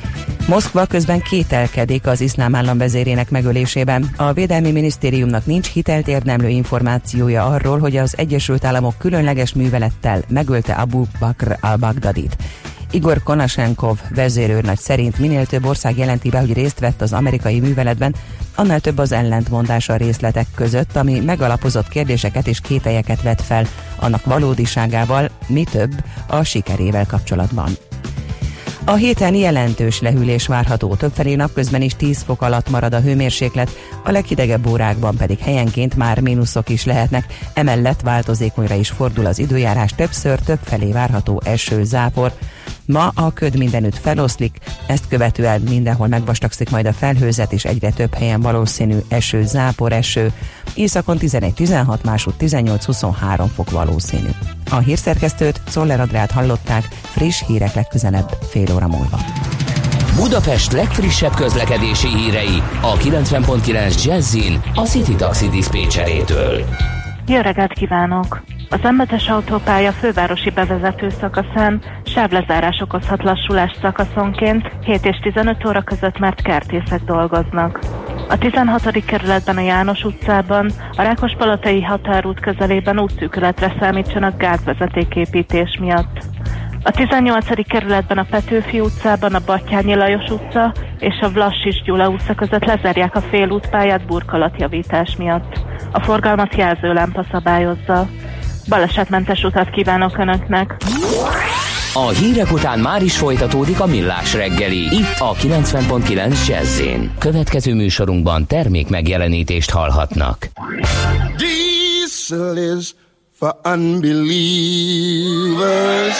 Moszkva közben kételkedik az iszlám állam vezérének megölésében. A Védelmi Minisztériumnak nincs hitelt érdemlő információja arról, hogy az Egyesült Államok különleges művelettel megölte Abu Bakr al-Baghdadit. Igor Konashenkov vezérőrnagy szerint minél több ország jelenti be, hogy részt vett az amerikai műveletben, annál több az ellentmondás a részletek között, ami megalapozott kérdéseket és kételyeket vet fel annak valódiságával, mi több a sikerével kapcsolatban. A héten jelentős lehűlés várható, többfelé napközben is tíz fok alatt marad a hőmérséklet, a leghidegebb órákban pedig helyenként már mínuszok is lehetnek, emellett változékonyra is fordul az időjárás, többször többfelé várható eső, zápor. Ma a köd mindenütt feloszlik, ezt követően mindenhol megvastagszik majd a felhőzet, és egyre több helyen valószínű eső, zápor, eső. Északon tizenegy-tizenhat, másút tizennyolc-huszonhárom fok valószínű. A hírszerkesztőt, Czoller Andrát hallották, friss hírek legközelebb fél óra múlva. Budapest legfrissebb közlekedési hírei a kilencven pont kilenc Jazzin a City Taxi diszpécserétől. Jó reggelt kívánok! Az em ötös autópálya fővárosi bevezető szakaszán sávlezárás okozhat lassulás szakaszonként hét és tizenöt óra között, mert kertészek dolgoznak. A tizenhatodik kerületben a János utcában, a Rákospalotai határút közelében útszűkületre számítsanak gázvezetéképítés miatt. A tizennyolcadik kerületben a Petőfi utcában, a Battyányi Lajos utca és a Vlassis Gyula utca között lezárják a félútpályát burkolatjavítás miatt. A forgalmat jelzőlámpa szabályozza. Balesetmentes utat kívánok Önöknek! A hírek után már is folytatódik a Millás reggeli, itt a kilencven pont kilenc Jazz-én. Következő műsorunkban termék megjelenítést hallhatnak. Diesel is for unbelievers.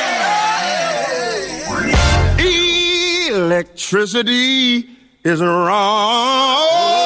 Electricity is wrong.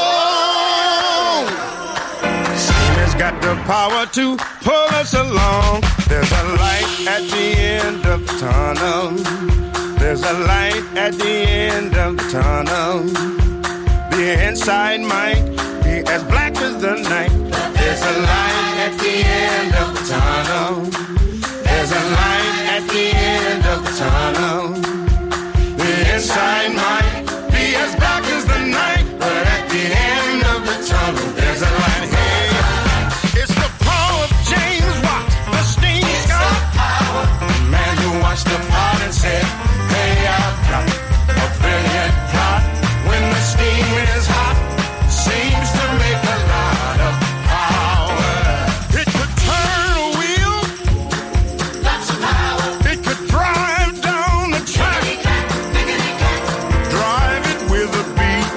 Steam has got the power to pull us along. There's a light at the end of the tunnel. There's a light at the end of the tunnel. The inside might be as black as the night. There's a light at the end of the tunnel. There's a light at the end of the tunnel. The inside might be as black as the night, but at the end of the tunnel, there's a light. Hey, it's the power of James Watt, the steam scout, the man who watched the pot and said, hey, I've got a brilliant plot. When the steam is hot, seems to make a lot of power. It could turn a wheel, lots of power. It could drive down the track, drive it with a beat,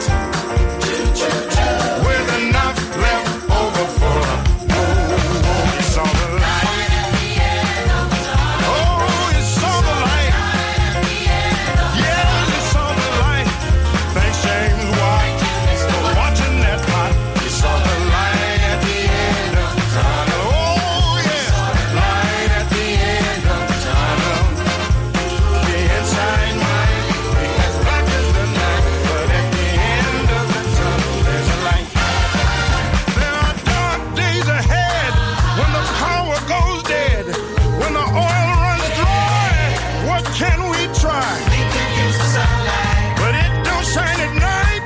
with enough left over for a oh, you saw the light. Oh, you saw the light. Yeah, you saw the light. Thanks, James Watt, for watching that pot. You saw the light at the end of the tunnel. Oh, yeah, light at the end of the tunnel. The inside might be as black as the night, but at the end of the tunnel, there's a light. There are dark days ahead when the power goes dead, when the oil runs dry. What can we try? We can use the sunlight, but it don't shine at night.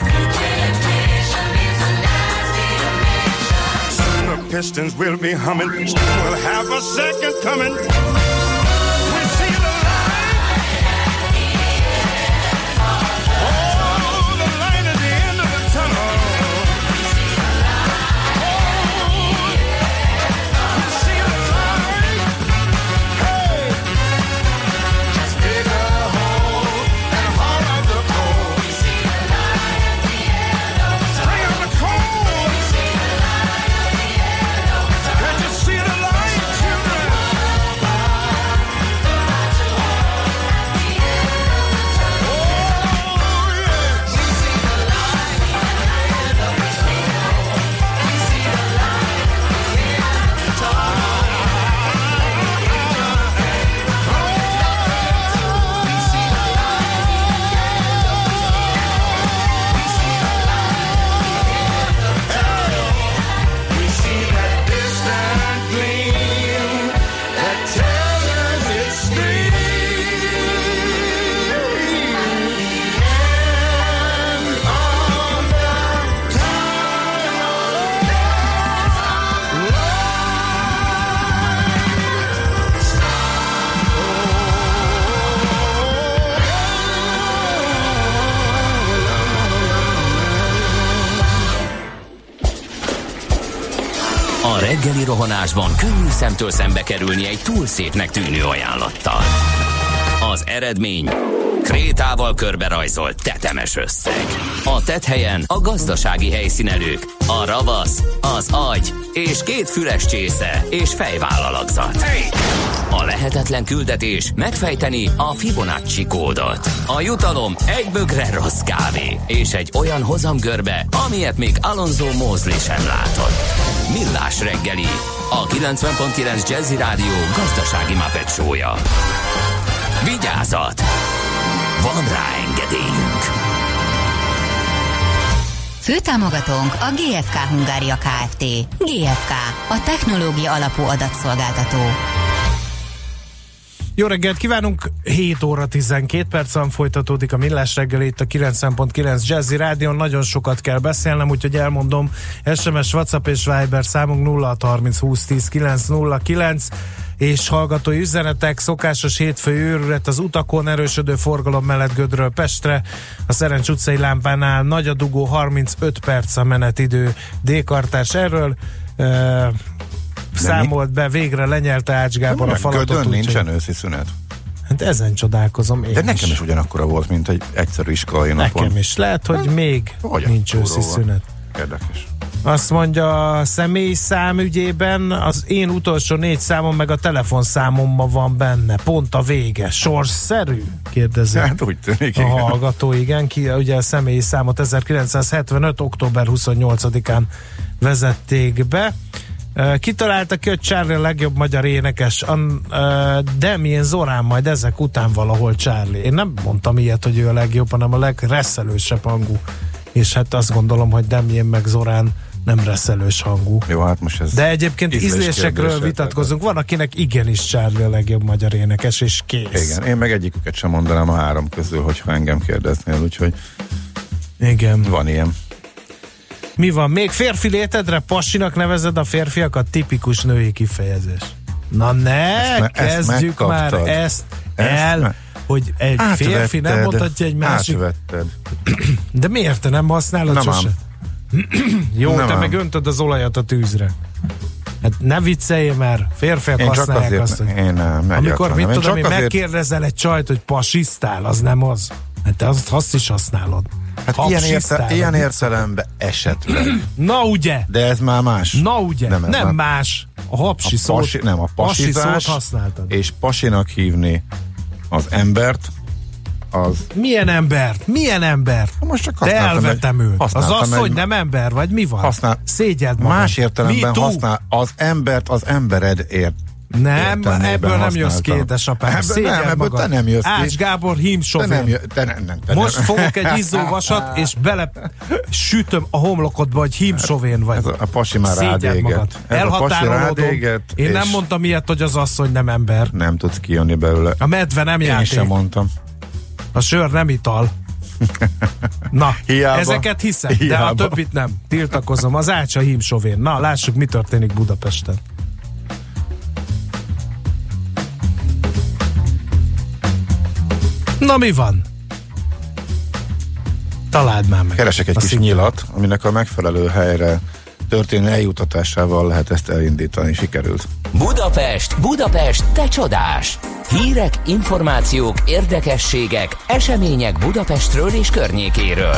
Soon the pistons will be humming. Soon we'll have a second coming. We see the light. Oh, the light at the end of the tunnel. Oh, we see the light. Hey, just dig a hole and haul out the coal. We see the light at the end of the tunnel. Bring out the coal. We see the light at the end of the tunnel. Can't you see the light, children? A reggeli rohanásban könnyű szemtől szembe kerülni egy túl szépnek tűnő ajánlattal. Az eredmény krétával körberajzolt tetemes összeg. A tetthelyen a gazdasági helyszínelők, a ravasz, az agy és két füles csésze és fejvállalakzat. A lehetetlen küldetés megfejteni a Fibonacci kódot. A jutalom egy bögre rossz kávé és egy olyan hozamgörbe, amilyet még Alonso Mosley sem látott. Millás reggeli, a kilencven pont kilenc Jazzy Rádió gazdasági Muppet show-ja. Vigyázat! Van rá engedélyünk! Főtámogatónk a gé ef ká Hungária Kft. gé ef ká, a technológia alapú adatszolgáltató. Jó reggelt kívánunk, hét óra tizenkét percen folytatódik a Millás reggel itt a kilencven pont kilenc Jazzy Rádion. Nagyon sokat kell beszélnem, úgyhogy elmondom, es em es, WhatsApp és Viber számunk nulla hat harminc húsz tíz kilenc nulla kilenc, és hallgatói üzenetek, szokásos hétfői őrület az utakon, erősödő forgalom mellett Gödről Pestre, a Szerencs utcai lámpánál nagy a dugó, harmincöt perc a menetidő, D-kartás erről. Uh, számolt be, végre lenyelte Ács Gábor a falatot. Gödön nincsen őszi szünet. Hát ezen csodálkozom én. De nekem is, is ugyanakkora volt, mint egy egyszerű iskolai napon. Nekem is. Lehet, hogy hát, még nincs őszi szünet. Érdekes. Azt mondja, a személy szám ügyében az én utolsó négy számom meg a telefonszámomban van benne. Pont a vége. Sorsszerű? Kérdezi. Hát úgy tűnik, a hallgató, igen. Ki, ugye a személyi számot ezerkilencszázhetvenöt. október huszonnyolcadikán vezették be. Kitalálta ki, hogy Charlie a legjobb magyar énekes, de milyen Zorán majd ezek után valahol Charlie. Én nem mondtam ilyet, hogy ő a legjobb, hanem a legreszelősebb hangú. És hát azt gondolom, hogy Demjén meg Zorán nem reszelős hangú. Jó, hát most ez de egyébként ízlésekről vitatkozunk. Van, akinek igenis Charlie a legjobb magyar énekes, és kész. Igen, én meg egyiküket sem mondanám a három közül, hogyha engem kérdeznél, úgyhogy igen. Van ilyen. Mi van? Még férfi létedre pasinak nevezed a férfiakat? Tipikus női kifejezés. Na ne, ezt, kezdjük ezt már ezt, ezt el, me- hogy egy átvetted, férfi nem mondhatja egy másik. Átvetted. De miért te nem használod nem sose? Jó, nem te ám. Meg öntöd az olajat a tűzre. Hát ne vicceljél már, férfiak én használják azért, azt, hogy én nem, amikor mit tudom, én azért... megkérdezel egy csajt, hogy pasisztál, az nem az. Hát te azt, azt is használod. Hát ilyen, érte, ilyen értelemben esetleg. Na ugye? De ez már más. Na ugye? Nem, nem már... más. A hapsi a pasi, szót, nem, a pasizás, pasi szót használtad. És pasinak hívni az embert, az... Milyen embert? Milyen embert? Most csak de elvetem őt. Az az, egy... hogy nem ember, vagy mi van? Használ... Szégyeld magad. Más értelemben használ az embert az embered ért. Nem, ebből nem jössz ki, édesapám. Nem, ebből te nem jössz ki. Ács Gábor hímsofőr. Most nem. Fogok egy izzóvasat, és bele sütöm a homlokodba, hogy hímsovén vagy. Ez a pasi már rád éget. Elhatárolódom. Én nem mondtam ilyet, hogy az asszony nem ember. Nem tudsz kijönni belőle. A medve nem játék. Én sem mondtam. A sör nem ital. Na, hiába, ezeket hiszem, hiába. De a többit nem. Tiltakozom. Az Ács a hímsovén. Na, lássuk, mi történik Budapesten. Na mi van? Találd már meg. Keresek egy kis szín... nyilat, aminek a megfelelő helyre történő eljutatásával lehet ezt elindítani. Sikerült. Budapest, Budapest, te csodás! Hírek, információk, érdekességek, események Budapestről és környékéről.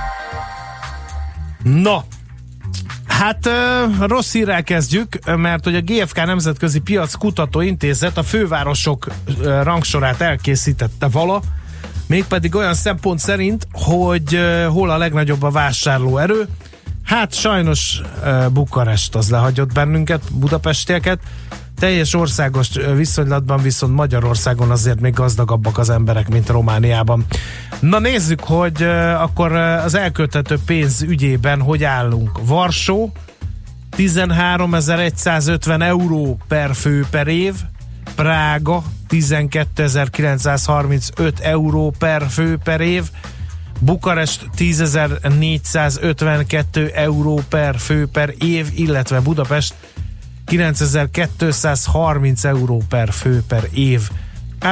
No, hát uh, rossz hírrel kezdjük, mert hogy a gé ef ká Nemzetközi Piac Kutató Intézet a fővárosok uh, rangsorát elkészítette vala, mégpedig olyan szempont szerint, hogy uh, hol a legnagyobb a vásárlóerő. Hát sajnos uh, Bukarest az lehagyott bennünket, budapestieket. Teljes országos viszonylatban viszont Magyarországon azért még gazdagabbak az emberek, mint Romániában. Na nézzük, hogy uh, akkor uh, az elkölthető pénz ügyében hogy állunk. Varsó tizenháromezer-egyszázötven euró per fő per év, Prága tizenkétezer-kilencszázharmincöt euró per fő per év, Bukarest tízezer-négyszázötvenkettő euró per fő per év, illetve Budapest kilencezer-kétszázharminc euró per fő per év.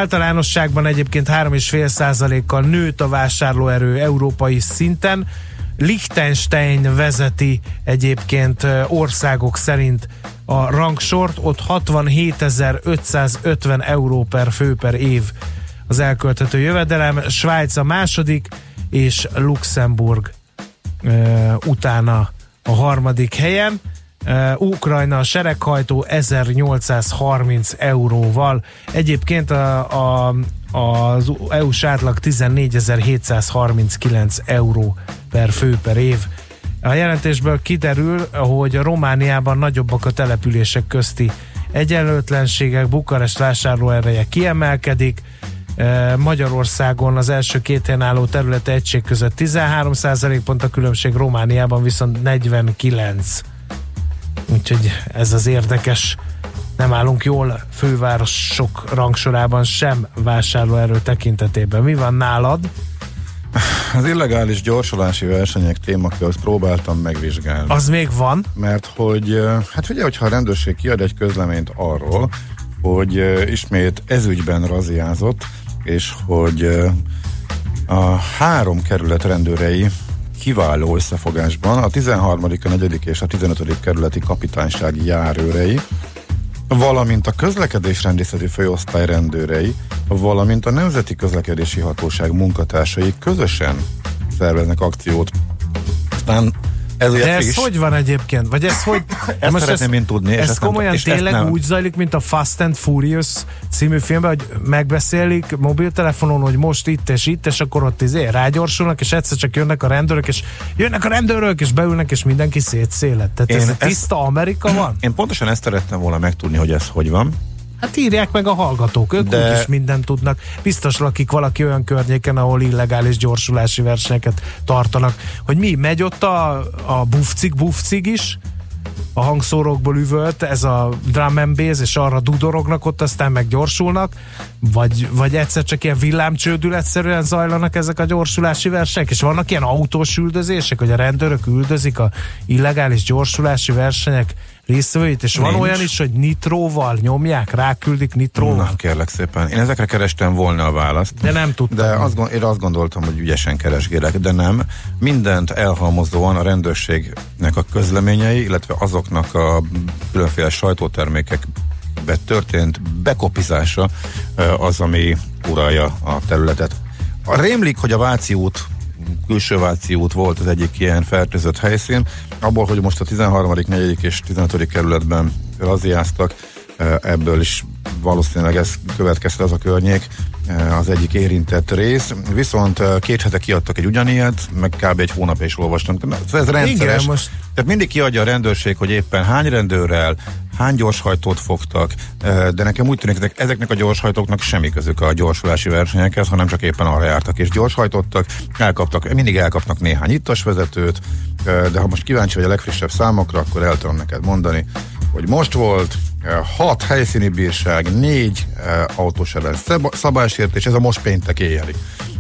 Általánosságban egyébként három egész öt százalékkal nőtt a vásárlóerő európai szinten, Liechtenstein vezeti egyébként országok szerint a rangsort, ott hatvanhétezer-ötszázötven euró per fő per év az elkölthető jövedelem, Svájc a második, és Luxemburg e, utána a harmadik helyen. E, Ukrajna a sereghajtó ezernyolcszázharminc euróval. Egyébként a, a, az é u-s átlag tizennégyezer-hétszázharminckilenc euró per fő per év. A jelentésből kiderül, hogy Romániában nagyobbak a települések közti egyenlőtlenségek, Bukarest vásárlóereje kiemelkedik, Magyarországon az első két helyen álló területe egység között tizenhárom százalék pont a különbség, Romániában viszont negyvenkilenc. Úgyhogy ez az érdekes. Nem állunk jól fővárosok rangsorában sem vásárlóerő tekintetében. Mi van nálad? Az illegális gyorsulási versenyek témakört próbáltam megvizsgálni. Az még van? Mert hogy, hát ugye, hogyha a rendőrség kiad egy közleményt arról, hogy ismét ezügyben raziázott, és hogy a három kerület rendőrei kiváló összefogásban, a tizenharmadik, a negyedik és a tizenötödik kerületi kapitánysági járőrei, valamint a közlekedésrendészeti főosztály rendőrei, valamint a Nemzeti Közlekedési Hatóság munkatársai közösen szerveznek akciót. Aztán ez De ez friss. hogy van egyébként? Vagy ez hogy... ezt most szeretném én tudni. Ez, és ez komolyan nem, tényleg nem. úgy zajlik, mint a Fast and Furious című filmben, hogy megbeszélik mobiltelefonon, hogy most itt és itt, és akkor ott izé rágyorsulnak, és egyszer csak jönnek a rendőrök, és jönnek a rendőrök, és beülnek, és mindenki szétszélet. Tehát Én ez a ezt, tiszta Amerika van? Én pontosan ezt szerettem volna megtudni, hogy ez hogy van. Hát írják meg a hallgatók, ők De... úgyis mindent tudnak. Biztos lakik valaki olyan környéken, ahol illegális gyorsulási versenyeket tartanak. Hogy mi, megy ott a, a bufcig, bufcig is, a hangszórókból üvölt, ez a drum and bass, és arra dudorognak ott, aztán meg gyorsulnak, vagy, vagy egyszer csak ilyen villámcsődületszerűen zajlanak ezek a gyorsulási versenyek, és vannak ilyen autós üldözések, hogy a rendőrök üldözik a illegális gyorsulási versenyek résztvevőit, és van Nincs. olyan is, hogy nitróval nyomják, ráküldik nitróval. Na, kérlek szépen. Én ezekre kerestem volna a választ. De nem tudtam. De azt, én azt gondoltam, hogy ügyesen keresgélek, de nem. Mindent elhalmozóan a rendőrségnek a közleményei, illetve azoknak a különféle sajtótermékekbe történt bekopizása az, ami uralja a területet. A rémlik, hogy a Váci út, külső Váci út volt az egyik ilyen fertőzött helyszín, abból, hogy most a tizenharmadik, negyedik és tizenötödik kerületben raziáztak, ebből is valószínűleg ez következte az a környék, az egyik érintett rész, viszont két hete kiadtak egy ugyanilyet, meg kb. Egy hónapja is olvastam. Ez rendszeres. Igen, most... Tehát mindig kiadja a rendőrség, hogy éppen hány rendőrrel, hány gyorshajtót fogtak, de nekem úgy tűnik, hogy ezeknek a gyorshajtóknak semmi közük a gyorsulási versenyekhez, hanem csak éppen arra jártak és gyorshajtottak, elkaptak, mindig elkapnak néhány ittas vezetőt, de ha most kíváncsi vagy a legfrissebb számokra, akkor el tudom neked mondani, hogy most volt hat helyszíni bírság, négy autós ellen szabálysértés, ez a most péntek éjjelig.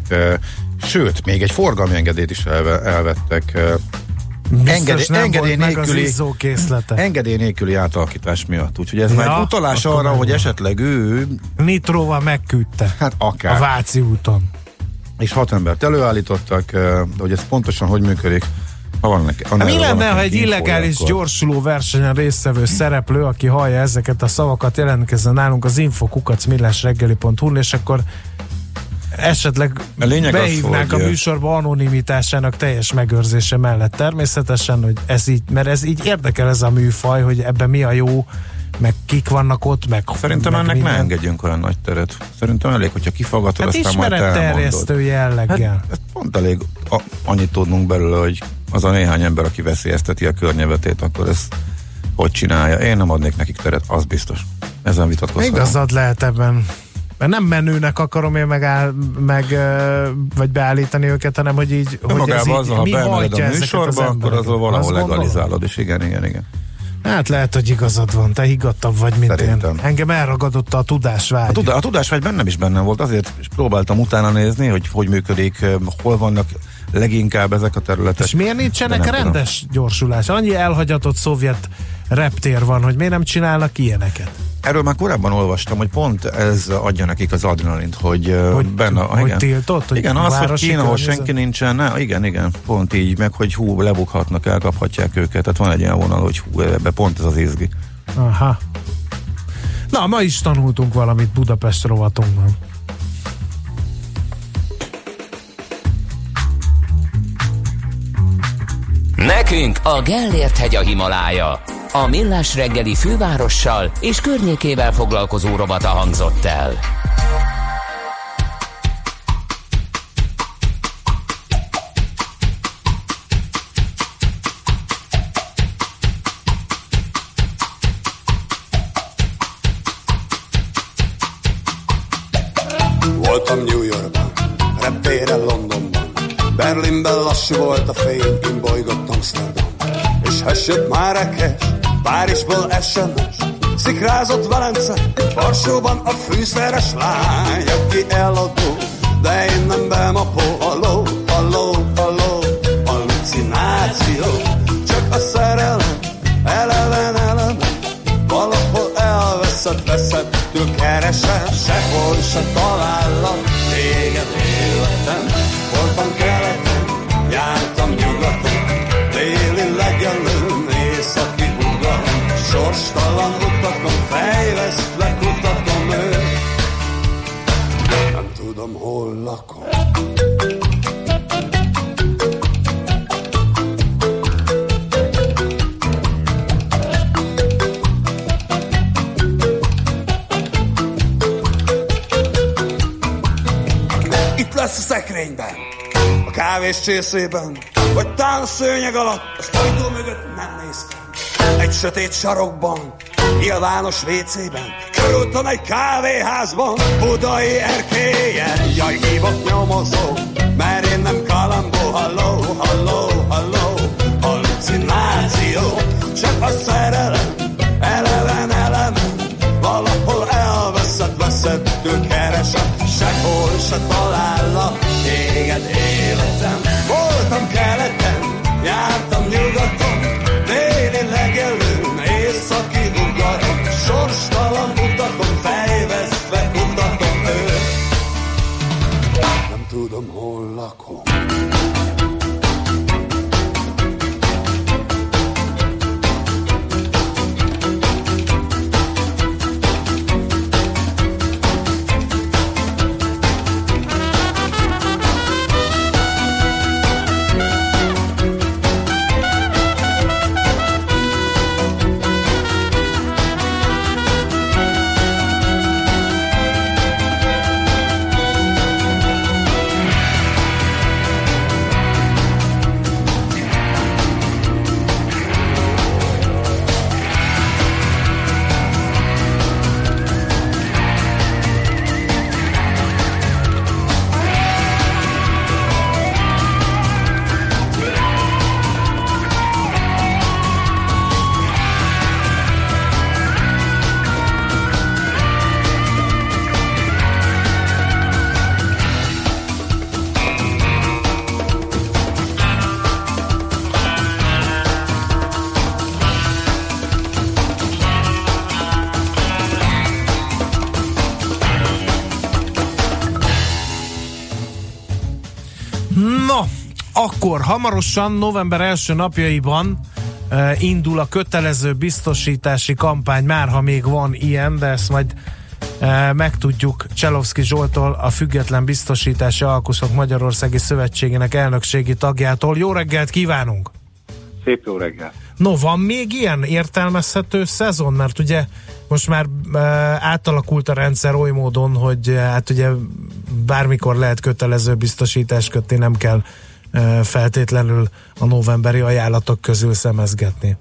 Sőt, még egy forgalmi engedélyt is elve, elvettek. Engedély, engedély, nélküli, engedély nélküli átalakítás miatt. Úgyhogy ez ja, már utalás arra, hogy esetleg ő nitróval megküldte. Hát akár. A Váci úton. És hat embert előállítottak, de hogy ez pontosan hogy működik, ha van neki. Hát mi lenne, ha egy illegális akkor... gyorsuló versenyen résztvevő szereplő, aki hallja ezeket a szavakat, jelentkezzen nálunk az info kukac millásreggeli pont hu, és akkor esetleg behívnánk az, a műsorba anonimitásának teljes megőrzése mellett természetesen, hogy ez így, mert ez így érdekel ez a műfaj, hogy ebben mi a jó, meg kik vannak ott, meg szerintem meg ennek minden. Ne engedjünk olyan nagy teret. Szerintem elég, hogyha kifogatod, hát aztán majd elmondod. Hát ismeretterjesztő jelleggel. Hát, pont elég a, annyit tudnunk belőle, hogy az a néhány ember, aki veszélyezteti a környezetét, akkor ez hogy csinálja. Én nem adnék nekik teret, az biztos. Ezen vitatkozhatunk. Igazad lehet ebben. Mert nem menőnek akarom én megáll, meg, vagy beállítani őket, hanem hogy így, de hogy ez így, azzal, mi hajtja a műsorba, akkor azzal valahol legalizálod, és igen, igen, igen. Hát lehet, hogy igazad van, te higgadtabb vagy, mint Szerintem. Én. Engem elragadott a tudásvágy. A, tudá- a tudásvágy bennem is bennem volt, azért is próbáltam utána nézni, hogy hogy működik, hol vannak leginkább ezek a területek. És miért nincsenek rendes tudom. gyorsulás? Annyi elhagyatott szovjet reptér van, hogy miért nem csinálnak ilyeneket? Erről már korábban olvastam, hogy pont ez adja nekik az adrenalint, hogy, hogy benne... Hogy igen, tiltott? Hogy igen, az, hogy Kína, ahol senki ez... nincsen, ne, igen, igen, pont így, meg hogy hú, lebukhatnak, elkaphatják őket, tehát van egy ilyen vonal, hogy hú, ebbe pont ez az izgi. Aha. Na, ma is tanultunk valamit Budapest rovatunkban. Nekünk a Gellért hegy a Himalája. A Millás reggeli fővárossal és környékével foglalkozó rovata hangzott el. Voltam New Yorkban, reptéren Londonban, Berlinben lassú volt a fény, én bolygott Amsterdam. És hessett Márekes, Párizsból es em es, szikrázott Velence, Varsóban a fűszeres lány, aki eladó, de én nem bemapó. Halló, halló, halló, hallucináció, csak a szerelem, eleven, eleven, valahol elveszett, veszettől keresem, sehol se talállak téged életem. Voltam keleten, jártam nyugaton, déli legelőn, északi ugalom, sorstalan utakon, fejvesztve kutatom őt, nem tudom, hol lakom. Itt lesz a szekrényben, a kávés csészében, vagy tán a szőnyeg alatt, az ajtó mögött nem néztem. Egy sötét sarokban, nyilvános vécében, körültem egy kávéházban, budai erkélyen. Jaj, hívott nyomozó, mert én nem kalambó. Halló, halló, halló, hallucináció, csak a szerelem, eleven, eleven, valahol elveszett, veszettől keresem, sehol se talállak téged életem. Voltam keleten, jártam nyugaton, déli legelőn, északi ugaron, sorstalan utakon, fejvesztve kutatom őt, nem tudom, hol lakom. Akkor hamarosan november első napjaiban uh, indul a kötelező biztosítási kampány, már ha még van ilyen, de ezt majd uh, megtudjuk Cselovszky Zsolttól, a Független Biztosítási Alkuszok Magyarországi Szövetségének elnökségi tagjától. Jó reggelt kívánunk! Szép jó reggelt! No, van még ilyen értelmezhető szezon? Mert ugye most már uh, átalakult a rendszer oly módon, hogy uh, hát ugye bármikor lehet kötelező biztosítást kötni, nem kell feltétlenül a novemberi ajánlatok közül szemezgetni.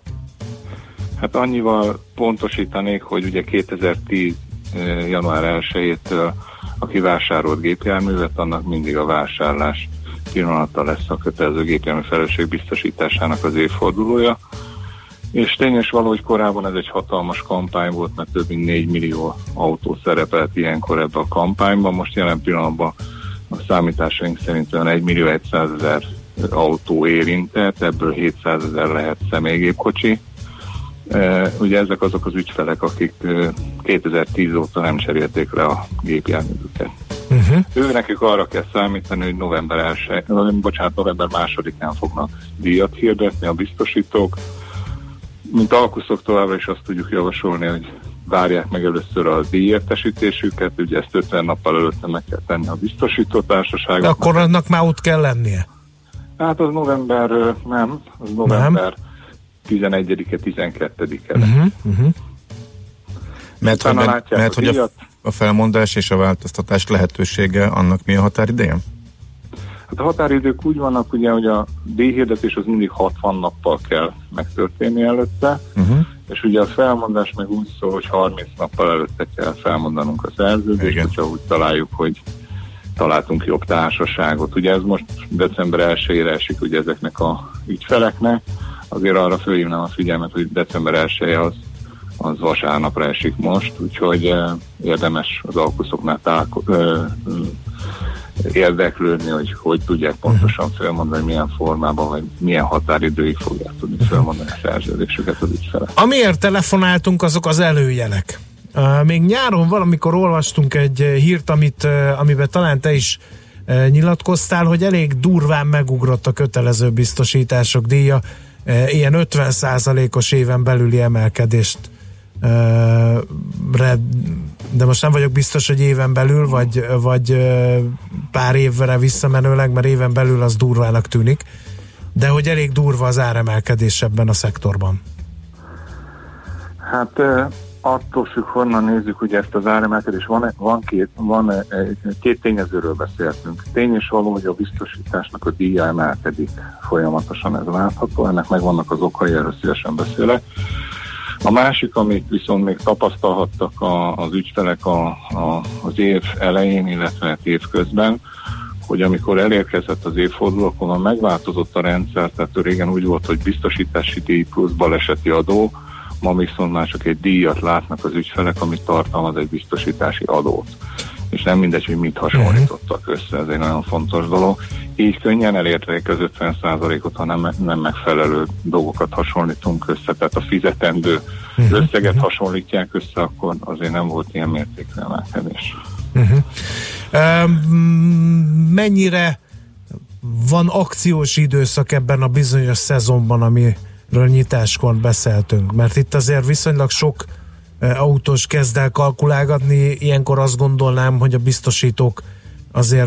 Hát annyival pontosítanék, hogy ugye kétezer-tíz január elsejétől aki vásárolt gépjárművet, annak mindig a vásárlás pillanata lesz a kötelező gépjármű felelősségbiztosításának az évfordulója. És tényes valahogy korábban ez egy hatalmas kampány volt, mert több mint négy millió autó szerepelt ilyenkor ebbe a kampányban. Most jelen pillanatban a számításaink szerint olyan egy millió százezer autó érintett, ebből hétszázezer lehet személygépkocsi, E, ugye ezek azok az ügyfelek, akik e, kétezer-tíz óta nem cserélték le a gépjárművüket. Uh-huh. Ő nekik arra kell számítani, hogy november első, bocsánat, november másodikán fognak díjat hirdetni a biztosítók. Mint alkuszok továbbra is azt tudjuk javasolni, hogy várják meg először a díjértesítésüket, ugye ezt ötven nappal előtte meg kell tenni a biztosító társaságnak. De akkor annak már ott kell lennie? Hát az november, nem, az november tizenegyedike, tizenkettedike. Uh-huh, uh-huh. Mert hogy, mert, hogy a, a felmondás és a változtatás lehetősége, annak mi a határideje? Hát a határidők úgy vannak, ugye, hogy a díjhirdetés az mindig hatvan nappal kell megtörténni előtte, uh-huh. és ugye a felmondás meg úgy szól, hogy harminc nappal előtte kell felmondanunk a szerződést, hogyha úgy találjuk, hogy találtunk jobb társaságot. Ugye ez most december elsejére esik ugye ezeknek a ügyfeleknek, azért arra fölhívnám a figyelmet, hogy december elseje az, az vasárnapra esik most, úgyhogy eh, érdemes az alkuszoknál találko- eh, érdeklődni, hogy hogy tudják pontosan felmondani, milyen formában, vagy milyen határidőig fogják tudni felmondani a szerződésüket az ügyfelek. Amiért telefonáltunk, azok az előjelek. Uh, még nyáron valamikor olvastunk egy hírt, amit, uh, amiben talán te is uh, nyilatkoztál, hogy elég durván megugrott a kötelező biztosítások díja, uh, ilyen ötven százalékos éven belüli emelkedést uh, red, de most nem vagyok biztos, hogy éven belül, vagy, vagy uh, pár évre visszamenőleg, mert éven belül az durvának tűnik, de hogy elég durva az áremelkedés ebben a szektorban. Hát uh... attól függ, honnan nézzük, ugye ezt az áremelkedés, van, van, két, van két tényezőről beszéltünk. Tény és való, hogy a biztosításnak a díja emelkedik folyamatosan, ez látható, ennek megvannak az okai, erről szívesen beszélek. A másik, amit viszont még tapasztalhattak a, az ügyfelek a, a, az év elején, illetve év közben, hogy amikor elérkezett az évforduló, akkor megváltozott a rendszer, tehát régen úgy volt, hogy biztosítási díj plusz baleseti adó, ma viszont már csak egy díjat látnak az ügyfelek, amit tartalmaz egy biztosítási adót. És nem mindegy, hogy mit hasonlítottak össze, ez egy nagyon fontos dolog. Így könnyen elérték az ötven százalékot, ha nem, nem megfelelő dolgokat hasonlítunk össze, tehát a fizetendő összeget hasonlítják össze, akkor azért nem volt ilyen mértékű emelkedés. Uh-huh. Uh, mennyire van akciós időszak ebben a bizonyos szezonban, ami ről nyitáskor beszéltünk, mert itt azért viszonylag sok e, autós kezd el kalkulálgatni, ilyenkor azt gondolnám, hogy a biztosítók azért,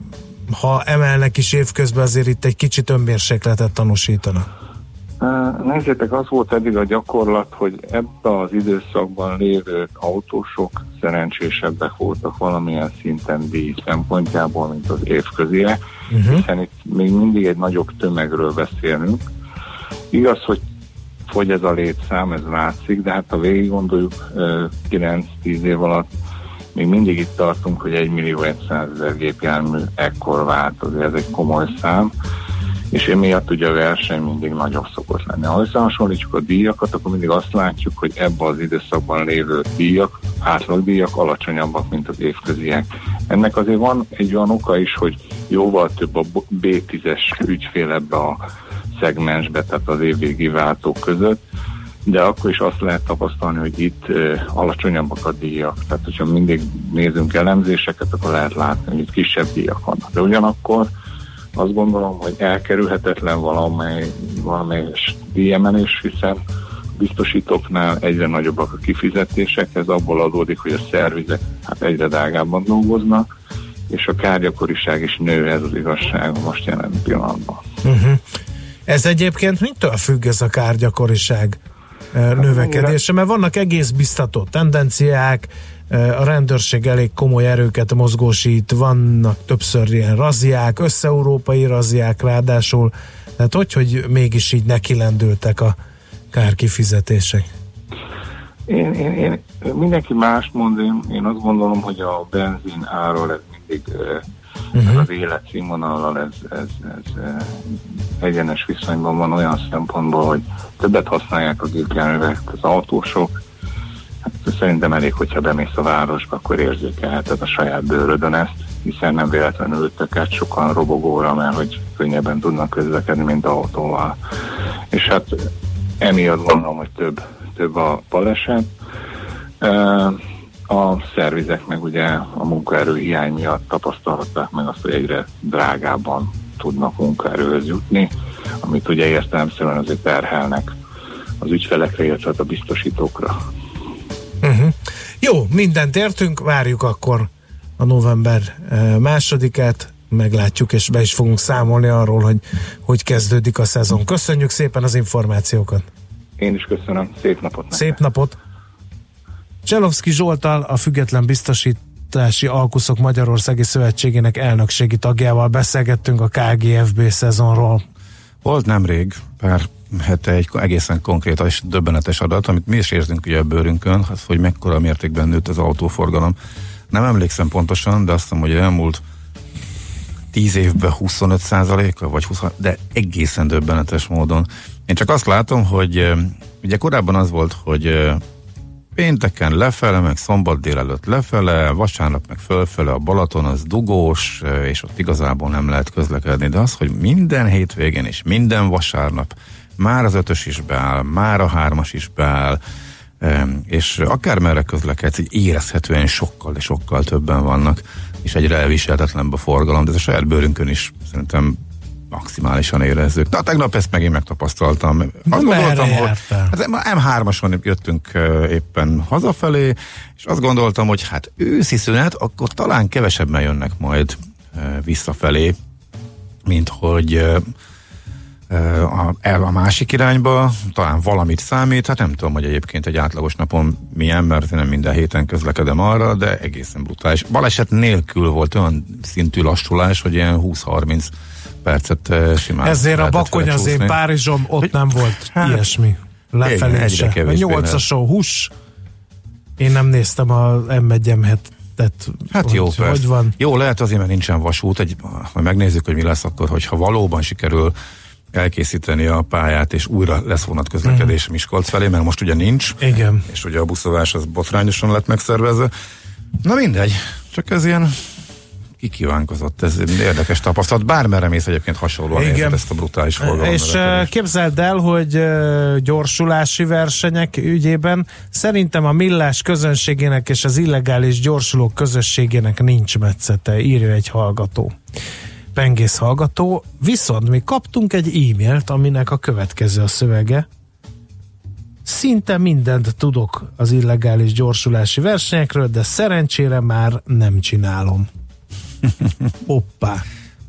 ha emelnek is évközben, azért itt egy kicsit önmérsékletet tanúsítanak. Nézzétek, az volt eddig a gyakorlat, hogy ebben az időszakban lévő autósok szerencsésebbek voltak valamilyen szinten díj szempontjából, mint az évköziek, uh-huh. hiszen itt még mindig egy nagyobb tömegről beszélünk. Igaz, hogy fogy ez a létszám, ez látszik, de hát ha végig gondoljuk kilenc-tíz év alatt, még mindig itt tartunk, hogy egy millió százezer gépjármű ekkor változik, ez egy komoly szám, és emiatt ugye a verseny mindig nagyobb szokott lenni. Ha összehasonlítjuk a díjakat, akkor mindig azt látjuk, hogy ebben az időszakban lévő díjak, átlagdíjak alacsonyabbak, mint az évköziek. Ennek azért van egy olyan oka is, hogy jóval több a bé tízes ügyfél ebbe a szegmensbe, tehát az évvégi váltók között, de akkor is azt lehet tapasztalni, hogy itt uh, alacsonyabbak a díjak. Tehát, hogyha mindig nézünk elemzéseket, akkor lehet látni, hogy itt kisebb díjak vannak. De ugyanakkor azt gondolom, hogy elkerülhetetlen valamely, valamelyes díjemelés, hiszen biztosítóknál egyre nagyobbak a kifizetések, ez abból adódik, hogy a szervizek hát egyre drágábban dolgoznak, és a kárgyakoriság is nő, ez az igazság most jelen pillanatban. Uh-huh. Ez egyébként mitől függ ez a kárgyakoriság hát növekedése? Mert vannak egész biztató tendenciák, a rendőrség elég komoly erőket mozgósít, vannak többször ilyen razziák, össze-európai razziák ráadásul, tehát hogy, hogy mégis így nekilendültek a kárkifizetések? Én, én, én mindenki mást mond, én, én azt gondolom, hogy a benzin áról ez mindig uh-huh. az életszínvonallal ez, ez, ez egyenes viszonyban van olyan szempontból, hogy többet használják a gépjárművek, az autósok. Hát szerintem elég, hogyha bemész a városba, akkor érzékelheted a saját bőrödön ezt, hiszen nem véletlenül ültek át sokan robogóra, mert hogy könnyebben tudnak közlekedni, mint autóval. És hát emiatt gondolom, hogy több, több a baleset. A szervizek meg ugye a munkaerő hiány miatt tapasztalhatták meg azt, hogy egyre drágábban tudnak munkaerőhöz jutni, amit ugye értelemszerűen azért terhelnek az ügyfelekre, illetve a biztosítókra. Uh-huh. Jó, mindent értünk, várjuk akkor a november másodikát, meglátjuk, és be is fogunk számolni arról, hogy hogy kezdődik a szezon. Köszönjük szépen az információkat! Én is köszönöm, szép napot! Neked. Szép napot! Cselovszky Zsolttal, a Független Biztosítási Alkuszok Magyarországi Szövetségének elnökségi tagjával beszélgettünk a ká gé ef bé szezonról. Volt nemrég pár hete egy egészen konkrét és döbbenetes adat, amit mi is érzünk ugye a bőrünkön, az, hogy mekkora mértékben nőtt az autóforgalom. Nem emlékszem pontosan, de azt hiszem, hogy elmúlt tíz évben huszonöt százaléka, vagy húsz, de egészen döbbenetes módon. Én csak azt látom, hogy ugye korábban az volt, hogy pénteken lefele, meg szombat délelőtt lefele, vasárnap meg fölfele a Balaton, az dugós, és ott igazából nem lehet közlekedni, de az, hogy minden hétvégén és minden vasárnap már az ötös is beáll, már a hármas is beáll, és akármerre közlekedsz, így érezhetően sokkal, de sokkal többen vannak, és egyre elviselhetetlenebb a forgalom, de ez a saját bőrünkön is szerintem maximálisan érezzük. Na, tegnap ezt megint megtapasztaltam. Azt gondoltam, hogy hát em hármason jöttünk éppen hazafelé, és azt gondoltam, hogy hát őszi szünet, akkor talán kevesebben jönnek majd visszafelé, mint hogy a, el a másik irányba, talán valamit számít, hát nem tudom, hogy egyébként egy átlagos napon milyen, mert én nem minden héten közlekedem arra, de egészen brutális. Baleset nélkül volt olyan szintű lassulás, hogy ilyen húsz-harminc percet simán. Ezért a Bakony az én Párizsom, ott hogy, nem volt hát, ilyesmi. Lefelé se. A nyolcason hús. Én nem néztem a em egy em hetet. Hát hogy, jó, hogy van. Jó, lehet azért, mert nincsen vasút. Egy, majd megnézzük, hogy mi lesz akkor, hogyha valóban sikerül elkészíteni a pályát, és újra lesz vonatközlekedés mm. Miskolc felé, mert most ugye nincs. Igen. És ugye a buszolás az botrányosan lett megszervezve. Na mindegy, csak ez ilyen kikívánkozott, ez érdekes tapasztalat. Bármerre mész egyébként hasonlóan érzed ezt a brutális forgalom. És uh, képzeld el, hogy uh, gyorsulási versenyek ügyében szerintem a millás közönségének és az illegális gyorsulók közösségének nincs metszete, írja egy hallgató. Pengész hallgató, viszont mi kaptunk egy e-mailt, aminek a következő a szövege. Szinte mindent tudok az illegális gyorsulási versenyekről, de szerencsére már nem csinálom. Hoppá.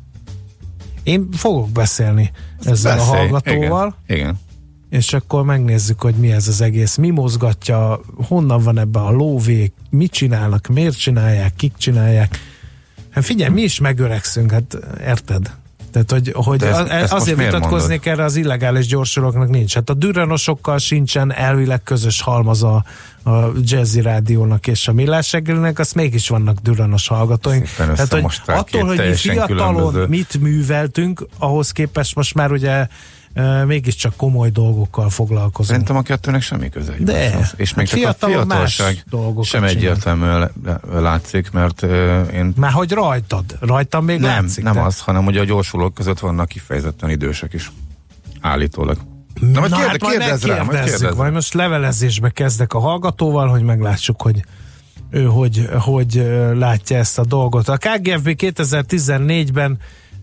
Én fogok beszélni ezzel Beszélj. a hallgatóval. Igen. Igen. És akkor megnézzük, hogy mi ez az egész. Mi mozgatja, honnan van ebben a lóvé, mit csinálnak, miért csinálják, kik csinálják. Hát figyelj, mi is megöregszünk, hát érted? Tehát, hogy, hogy ez, az, azért vitatkoznék erre az illegális gyorsulóknak nincs. Hát a düranosokkal sincsen elvileg közös halmaz a, a Jazzy Rádiónak és a Millás reggelinek, azt mégis vannak düranos hallgatóink. Tehát, hogy attól, hogy mi fiatalon különböző. mit műveltünk, ahhoz képest most már ugye Uh, mégiscsak komoly dolgokkal foglalkozunk. Szerintem a kettőnek semmi köze. De, és még csak a fiatalság sem egyértelműen látszik, mert uh, én... Már hogy rajtad? Rajtam még nem, látszik? Nem, nem az, hanem hogy a gyorsulók között vannak kifejezetten idősek is. Állítólag. Na, majd, Na, kérde, hát majd kérdezz rá, majd kérdezz. Majd most levelezésbe kezdek a hallgatóval, hogy meglássuk, hogy ő hogy, hogy látja ezt a dolgot. A ká gé ef bé kétezer-tizennégyben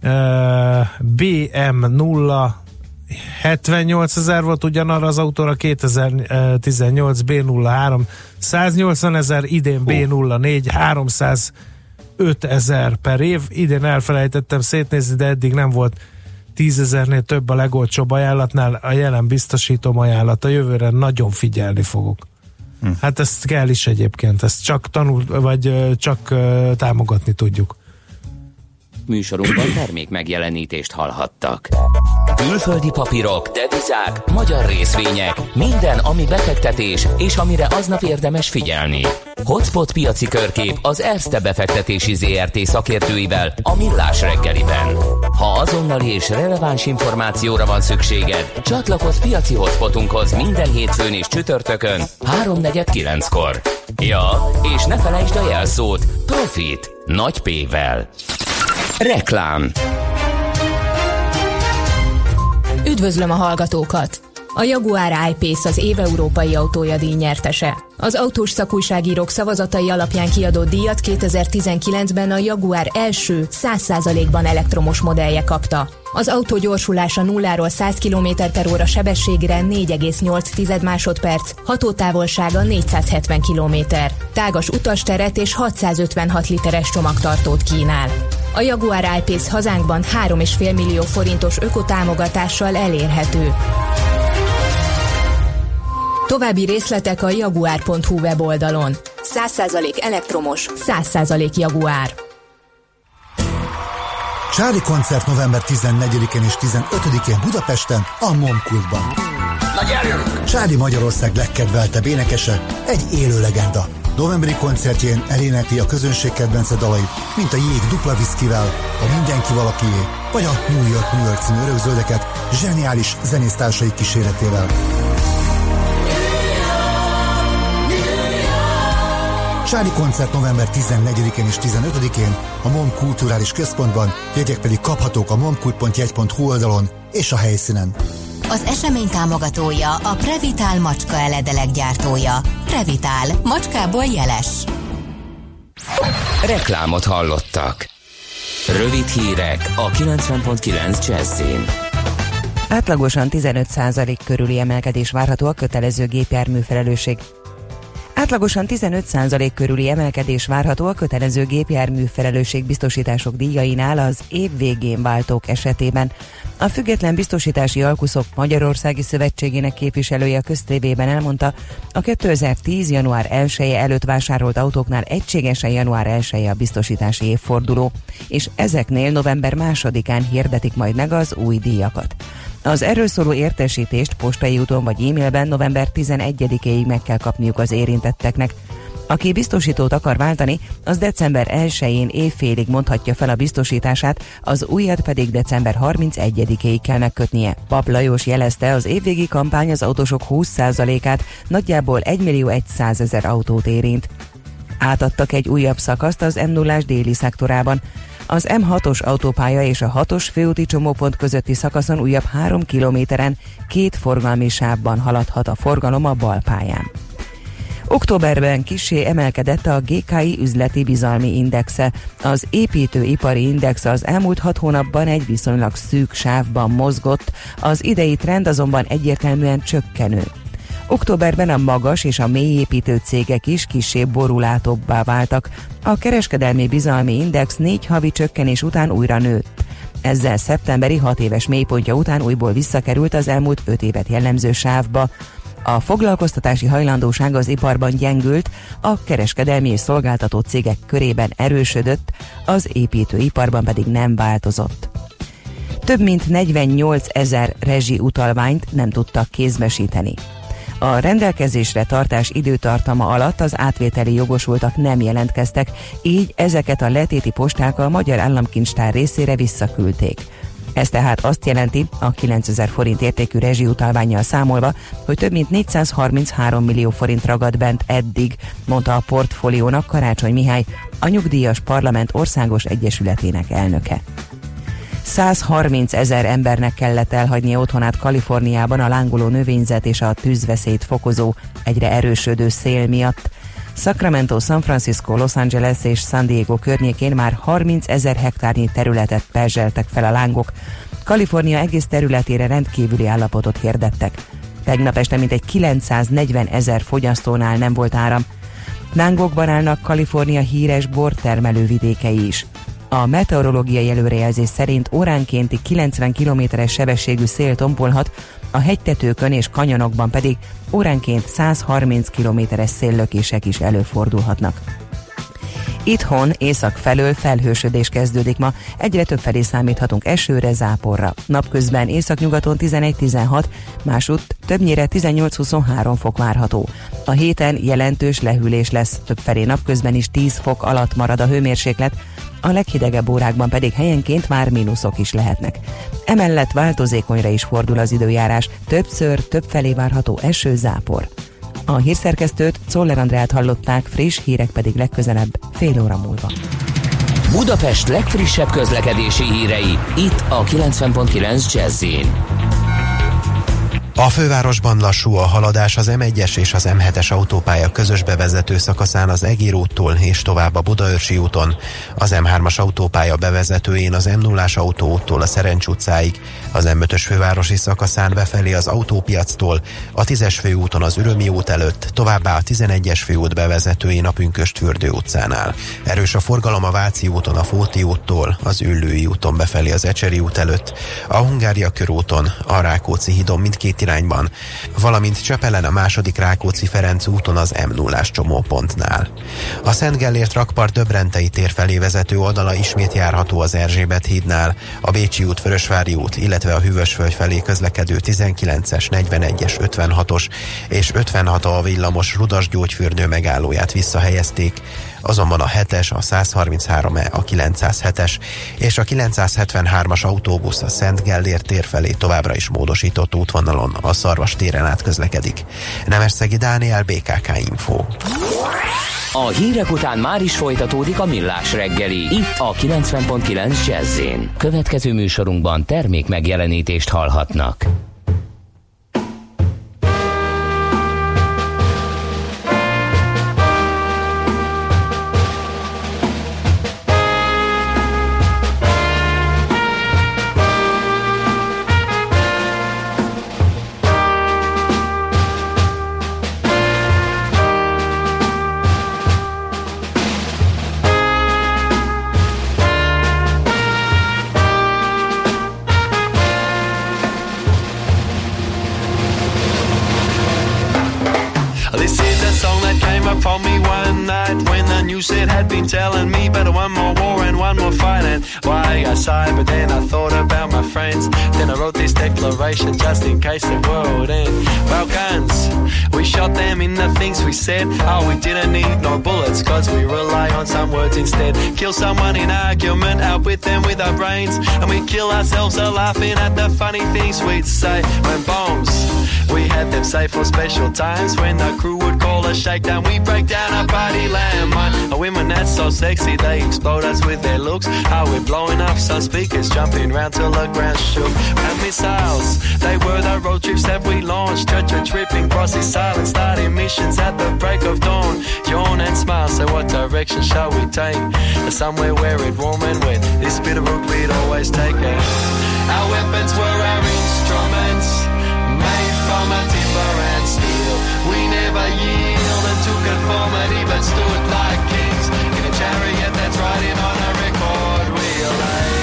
uh, bé em nulla hetvennyolcezer volt ugyanarra az autóra, kétezer-tizennyolc bé nulla három száznyolcvanezer, idén bé nulla négy háromszázötezer per év. Idén elfelejtettem szétnézni, de eddig nem volt tízezernél több a legolcsóbb ajánlatnál. A jelen biztosítom ajánlata, jövőre nagyon figyelni fogok. Hm. Hát ezt kell is egyébként, ezt csak tanul, vagy csak uh, támogatni tudjuk. Műsorunkban termék megjelenítést hallhattak. Külföldi papírok, devizák, magyar részvények, minden, ami befektetés, és amire aznap érdemes figyelni. Hotspot piaci körkép az Erste befektetési zé er té szakértőivel a Millás reggeliben. Ha azonnali és releváns információra van szükséged, csatlakozz piaci hotspotunkhoz minden hétfőn és csütörtökön háromnegyed kilenckor. Ja, és ne felejtsd a jelszót Profit nagy P-vel. Reklám. Üdvözlöm a hallgatókat! A Jaguar I-Pace az év európai autója díj nyertese. Az autós szakújságírók szavazatai alapján kiadott díjat kétezer-tizenkilencben a Jaguar első száz százalékban elektromos modellje kapta. Az autó gyorsulása nulláról száz kilométer per óra sebességre négy egész nyolc másodperc, hatótávolsága négyszázhetven kilométer, tágas utasteret és hatszázötvenhat literes csomagtartót kínál. A Jaguar I-Pace hazánkban három egész öt millió forintos ökotámogatással elérhető. További részletek a jaguar pont hu weboldalon. száz százalék elektromos, száz százalék Jaguar. Csári koncert november tizennegyedikén és tizenötödikén Budapesten, a Momkultban. Na gyerünk! Csári Magyarország legkedveltebb énekese, egy élő legenda. Novemberi koncertjén elénekli a közönség kedvence dalait, mint a Jég dupla viszkivel, a Mindenki valakié, vagy a New York New York című örökzöldeket zseniális zenésztársai kíséretével. Csári koncert november tizennegyedikén és tizenötödikén a MOM Kulturális Központban, jegyek pedig kaphatók a momkult pont jegy pont hu oldalon és a helyszínen. Az esemény támogatója a Previtál macska eledelyek gyártója. Previtál, macskából jeles. Reklámot hallottak. Rövid hírek a kilencven pont kilenc Jazzin. Átlagosan tizenöt százalék körüli emelkedés várható a kötelező gépjárműfelelősség. Átlagosan tizenöt százalék körüli emelkedés várható a kötelező gépjárműfelelősségbiztosítások díjainál az év végén váltók esetében. A Független Biztosítási Alkuszok Magyarországi Szövetségének képviselője a Köztévében elmondta, a kétezer-tíz. január elseje előtt vásárolt autóknál egységesen január elseje a biztosítási évforduló, és ezeknél november másodikán hirdetik majd meg az új díjakat. Az erről szóló értesítést postai úton vagy e-mailben november tizenegyedikéig meg kell kapniuk az érintetteknek. Aki biztosítót akar váltani, az december elsején évfélig mondhatja fel a biztosítását, az újat pedig december harmincegyedikéig kell megkötnie. Pap Lajos jelezte, az évvégi kampány az autósok húsz százalékát, nagyjából egymillió százezer autót érint. Átadtak egy újabb szakaszt az em nullás déli szektorában. Az em hatos autópálya és a hatos főúti csomópont közötti szakaszon újabb három kilométeren két forgalmi sávban haladhat a forgalom a bal pályán. Októberben kissé emelkedett a gé ká i üzleti bizalmi indexe. Az építőipari index az elmúlt hat hónapban egy viszonylag szűk sávban mozgott, az idei trend azonban egyértelműen csökkenő. Októberben a magas és a mélyépítő cégek is kissé borulátóbbá váltak. A kereskedelmi bizalmi index négy havi csökkenés után újra nőtt. Ezzel szeptemberi hat éves mélypontja után újból visszakerült az elmúlt öt évet jellemző sávba. A foglalkoztatási hajlandóság az iparban gyengült, a kereskedelmi és szolgáltató cégek körében erősödött, az építőiparban pedig nem változott. Több mint negyvennyolc ezer rezsi utalványt nem tudtak kézbesíteni. A rendelkezésre tartás időtartama alatt az átvételi jogosultak nem jelentkeztek, így ezeket a letéti posták a Magyar Államkincstár részére visszaküldték. Ez tehát azt jelenti, a kilencezer forint értékű rezsiutalvánnyal számolva, hogy több mint négyszázharminchárom millió forint ragad bent eddig, mondta a Portfóliónak Karácsony Mihály, a Nyugdíjas Parlament Országos Egyesületének elnöke. százharminc ezer embernek kellett elhagyni otthonát Kaliforniában a lángoló növényzet és a tűzveszélyt fokozó, egyre erősödő szél miatt. Sacramento, San Francisco, Los Angeles és San Diego környékén már harminc ezer hektárnyi területet perzseltek fel a lángok. Kalifornia egész területére rendkívüli állapotot hirdettek. Tegnap este mintegy kilencszáznegyven ezer fogyasztónál nem volt áram. Lángokban állnak Kalifornia híres bortermelő vidékei is. A meteorológiai előrejelzés szerint óránkénti kilencven kilométeres sebességű szél tombolhat, a hegytetőkön és kanyonokban pedig óránként százharminc kilométeres széllökések is előfordulhatnak. Itthon észak felől felhősödés kezdődik ma, egyre több felé számíthatunk esőre, záporra. Napközben északnyugaton tizenegy-tizenhat, másútt többnyire tizennyolc-huszonhárom fok várható. A héten jelentős lehűlés lesz, több felé napközben is tíz fok alatt marad a hőmérséklet, a leghidegebb órákban pedig helyenként már mínuszok is lehetnek. Emellett változékonyra is fordul az időjárás, többször több felé várható eső, zápor. A hírszerkesztőt, Czoller Andrát hallották, friss hírek pedig legközelebb fél óra múlva. Budapest legfrissebb közlekedési hírei, itt a kilencven pont kilenc Jazz-in. A fővárosban lassú a haladás az em egyes és az em hetes autópálya közös bevezető szakaszán az Egér úttól és tovább a Budaörsi úton, az em hármas autópálya bevezetőjén az em nullás autóúttól a Szerencs utcáig, az em ötös fővárosi szakaszán befelé az Autópiactól, a tízes főúton az Ürömi út előtt, továbbá a tizenegyes főút bevezetőjén a Pünkösdfürdő utcánál. Erős a forgalom a Váci úton a Fóti úttól, az Üllői úton befelé az Ecseri út előtt, a Hungária körúton, a Rákóczi hídon mindkét irányban, valamint Csepelen a második Rákóczi-Ferenc úton az em nullás csomópontnál. A Szent Gellért rakpart Döbrentei tér felé vezető oldala ismét járható az Erzsébet hídnál, a Bécsi út, Vörösvári út, illetve a Hűvösvölgy felé közlekedő tizenkilences, negyvenegyes, ötvenhatos és ötvenhat a villamos Rudas-Gyógyfürdő megállóját visszahelyezték, azonban a hetes, a százharminchárom E, a kilencszázhetes és a kilencszázhetvenhármas autóbusz a Szent Gellért tér felé továbbra is módosított útvonalon a Szarvas téren át közlekedik. Nemesszegi Dániel, bé ká ká Info. A hírek után már is folytatódik a Millás reggeli, itt a kilencven pont kilenc Jazz-én. Következő műsorunkban termék megjelenítést hallhatnak. Upon me one night when the news it had been telling me better one more war and one more fight, and why I sighed, but then I thought about my friends. Then I wrote this declaration just in case the world end. Well, guns, we shot them in the things we said. Oh, we didn't need no bullets cause we rely on some words instead. Kill someone in argument, out with them with our brains, and we kill ourselves a laughing at the funny things we'd say. When bombs, we had them safe for special times, when the crew would call a shakedown, we break down our party landmine. A women that's so sexy, they explode us with their looks. How we're blowing up some speakers, jumping round till the ground shook. And missiles, they were the road trips that we launched. Church and tripping, crossing silence, starting missions at the break of dawn. Yawn and smile, so what direction shall we take? Somewhere where it warm and wet, this bit of route we'd always take it. Our weapons were our instruments, made from a timber and steel. We never yielded to conformity, but stood like kings in a chariot that's riding on a record wheel.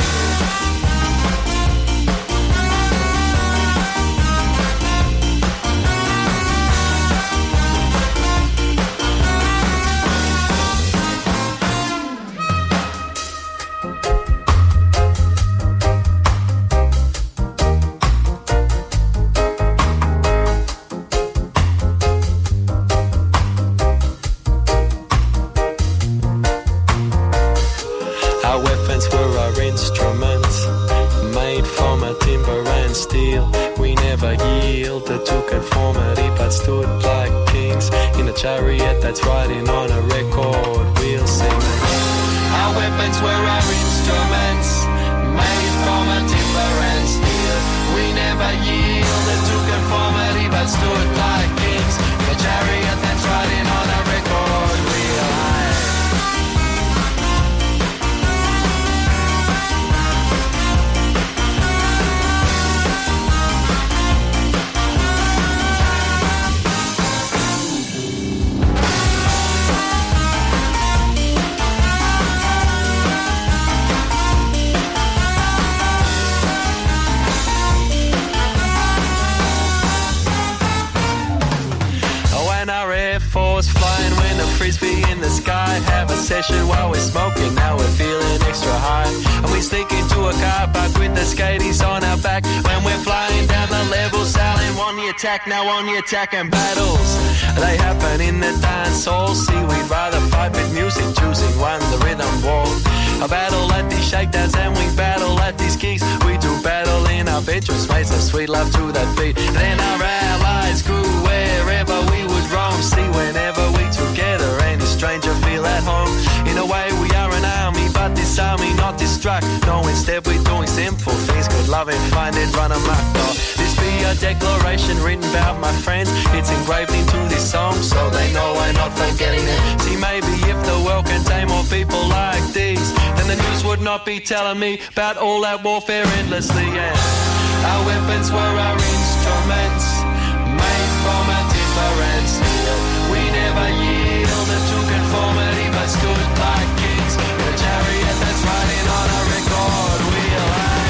Chariot that's riding on a record wheel singing. Our weapons were our instruments, made from a timber and steel. We never yielded to conformity, but stood like kings in a chariot that's riding on a record wheel. Flying when the frisbee in the sky. Have a session while we're smoking, now we're feeling extra high. And we sneak into a car park with the skaties on our back. When we're flying down the level, sailing on the attack, now on the attack. And battles, they happen in the dance hall. See, we'd rather fight with music, choosing one, the rhythm walk. A battle at these shakedowns and we battle at these gigs. We do battle in our bedrooms, made some sweet love to that beat. Then our allies grew wherever we would roam. See, whenever we together, any stranger feel at home. In a way we are an army, but this army not destruct. No, instead we're doing simple things, good loving, find it, run amok. No, this being a declaration written about my friends. It's engraved into this song, so they know we're not forgetting it. See, maybe if the world contained more people like these, then the news would not be telling me about all that warfare endlessly. And our weapons were our instruments, made from a different steel. We never yielded to conformity, but stood like kings in a chariot that's riding on a record wheel.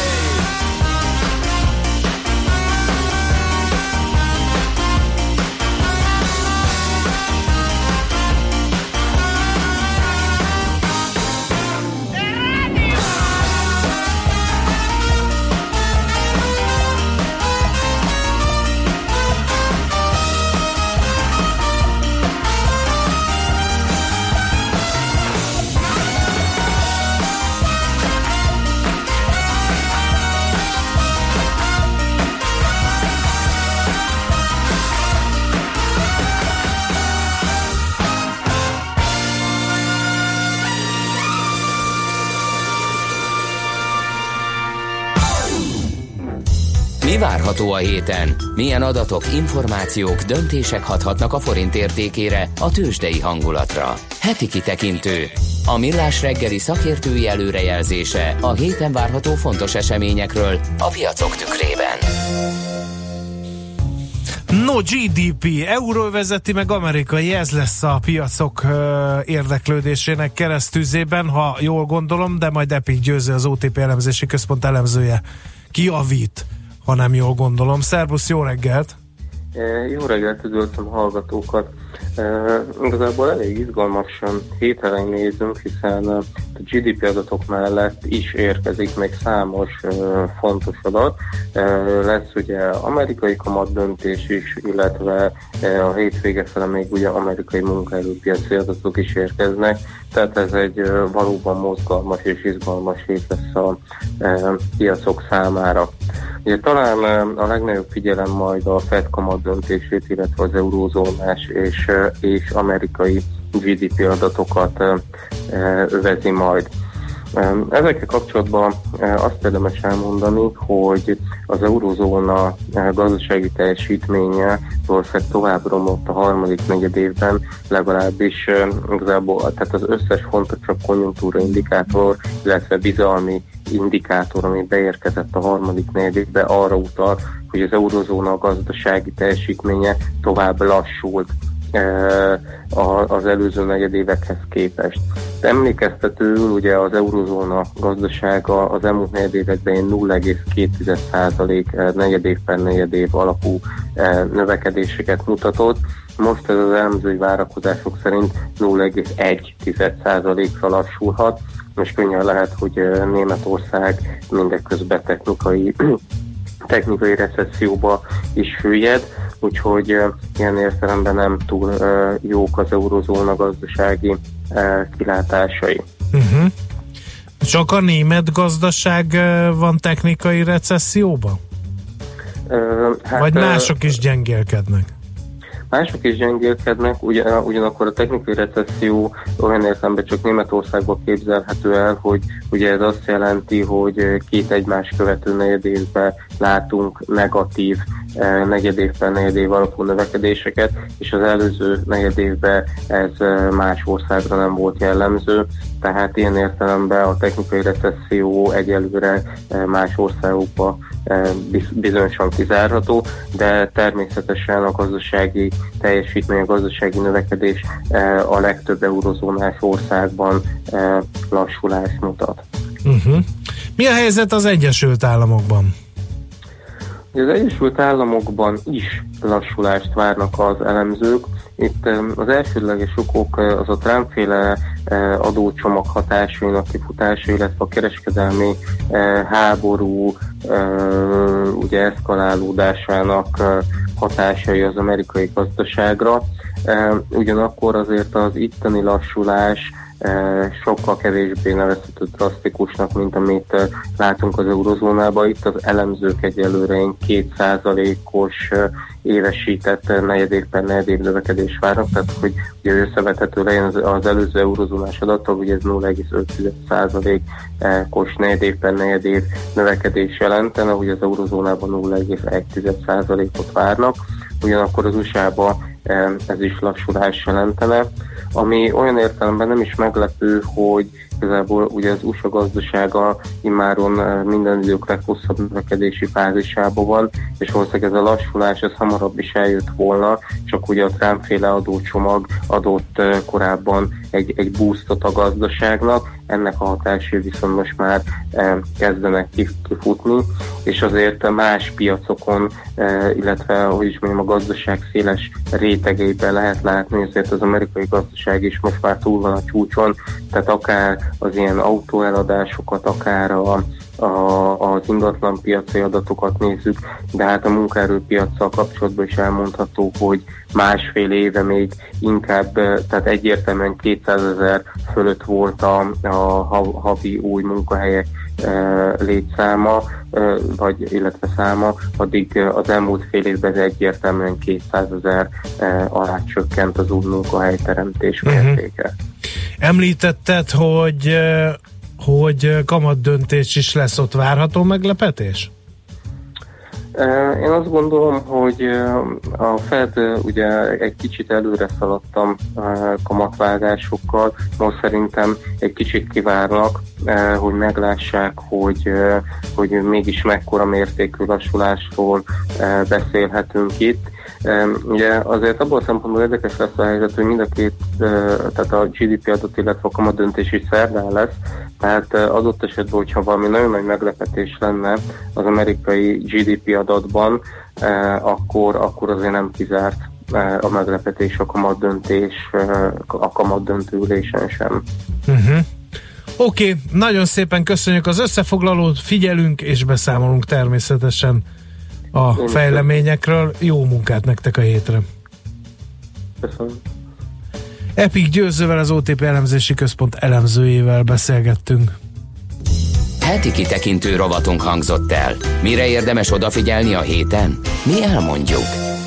Mi várható a héten? Milyen adatok, információk, döntések hathatnak a forint értékére, a tőzsdei hangulatra? Heti kitekintő. A Millás reggeli szakértői előrejelzése a héten várható fontos eseményekről a piacok tükrében. No gé dé pé, euróvezeti meg amerikai, ez lesz a piacok ö, érdeklődésének keresztüzében, ha jól gondolom, de majd Epik Győző, az o té pé elemzési központ elemzője kijavít, ha nem jól gondolom. Szerbusz, jó reggelt! E, jó reggelt, üdvözlöm a hallgatókat! E, igazából elég izgalmas hételején nézünk, hiszen a gé dé pé adatok mellett is érkezik még számos e, fontos adat. E, lesz ugye amerikai kamat döntés is, illetve e, a hétvége fele még ugye amerikai munkaerőpiaci adatok is érkeznek, tehát ez egy e, valóban mozgalmas és izgalmas hét lesz a e, piacok számára. Ugye talán a legnagyobb figyelem majd a Fed kamat döntését, illetve az eurózónás és, és amerikai gé dé pé adatokat övezi majd. Ezekkel kapcsolatban azt érdemes elmondani, hogy az eurózóna gazdasági teljesítménye valószínűleg tovább romlott a harmadik negyed évben, legalábbis igazából, tehát az összes fontosabb konjunktúra indikátor, illetve bizalmi indikátor, ami beérkezett a harmadik negyed évben, arra utal, hogy az eurózóna gazdasági teljesítménye tovább lassult az előző negyedévekhez képest. De emlékeztetőül ugye az eurózóna gazdasága az elmúlt negyedévekben nulla egész két százalék negyedév per negyedév alapú növekedéseket mutatott. Most ez az elemzői várakozások szerint nulla egész egy százalékra lassulhat, és könnyen lehet, hogy Németország mindeközben technikai technikai recesszióba is süllyed, úgyhogy uh, ilyen értelemben nem túl uh, jók az eurozóna gazdasági uh, kilátásai. Uh-huh. Csak a német gazdaság uh, van technikai recesszióban? Uh, hát, Vagy mások is gyengélkednek? Mások is gyengélkednek, ugyan, ugyanakkor a technikai recesszió olyan értelemben csak Németországban képzelhető el, hogy ugye ez azt jelenti, hogy két egymás követő negyedévben látunk negatív eh, negyedévben negyedév alapú növekedéseket, és az előző negyedévben ez más országra nem volt jellemző, tehát ilyen értelemben a technikai recesszió egyelőre eh, más országokban eh, bizonyosan kizárható, de természetesen a gazdasági teljesítmény, a gazdasági növekedés a legtöbb eurozónás országban lassulást mutat. Uh-huh. Mi a helyzet az Egyesült Államokban? Az Egyesült Államokban is lassulást várnak az elemzők. Itt az elsődleges okok az a Trump-féle adócsomag hatásainak kifutása, illetve a kereskedelmi háború ugye eszkalálódásának hatásai az amerikai gazdaságra. Ugyanakkor azért az itteni lassulás sokkal kevésbé nevezhető drasztikusnak, mint amit látunk az eurozónában. Itt az elemzők egyelőre két százalékos évesített negyedév per negyedév növekedés várnak, tehát hogy ugye összevethető legyen az, az előző eurozónás adattal, ugye ez nulla egész öt százalékos negyedév per negyedév növekedés jelentene, ugye az eurozónában nulla egész egy százalékot várnak, ugyanakkor az u es á-ban ez is lassulás jelentene, ami olyan értelemben nem is meglepő, hogy igazából ugye az u es á gazdasága immáron minden idők leghosszabb növekedési fázisában van, és valószínűleg ez a lassulás ez hamarabb is eljött volna, csak ugye a Trump-féle adócsomag adott korábban egy, egy boostot a gazdaságnak, ennek a hatásai viszont most már e, kezdenek kifutni, és azért más piacokon, e, illetve hogy is mondjam, a gazdaság széles rétegeiben lehet látni, ezért az amerikai gazdaság is most már túl van a csúcson, tehát akár az ilyen autóeladásokat, akár a A, az ingatlan piaci adatokat nézzük, de hát a munkaerőpiacsal kapcsolatban is elmondható, hogy másfél éve még inkább, tehát egyértelműen kétszázezer fölött volt a, a havi új munkahelyek e, létszáma, e, vagy illetve száma, addig az elmúlt fél évben egyértelműen kétszázezer e, alá csökkent az új munkahelyteremtés mértéke. Uh-huh. Említetted, hogy hogy kamat döntés is lesz, ott várható meglepetés? Én azt gondolom, hogy a Fed ugye egy kicsit előre szaladtam kamatvágásokkal, most szerintem egy kicsit kivárnak, hogy meglássák, hogy, hogy mégis mekkora mértékű lassulásról beszélhetünk itt. Ugye azért abból a szempontból érdekes lesz a helyzet, hogy mind a két, tehát a gé dé pé adat, illetve a kamatdöntés is szerdán lesz, tehát adott esetben, hogyha valami nagyon nagy meglepetés lenne az amerikai gé dé pé adatban, akkor, akkor azért nem kizárt a meglepetés, a kamatdöntés, a kamatdöntő ülésen sem. Uh-huh. Oké, okay, nagyon szépen köszönjük az összefoglalót, figyelünk és beszámolunk természetesen a fejleményekről. Jó munkát nektek a hétre! Köszönöm. Epik Győzővel, az o té pé elemzési központ elemzőjével beszélgettünk. Heti kitekintő rovatunk hangzott el. Mire érdemes odafigyelni a héten? Mi elmondjuk.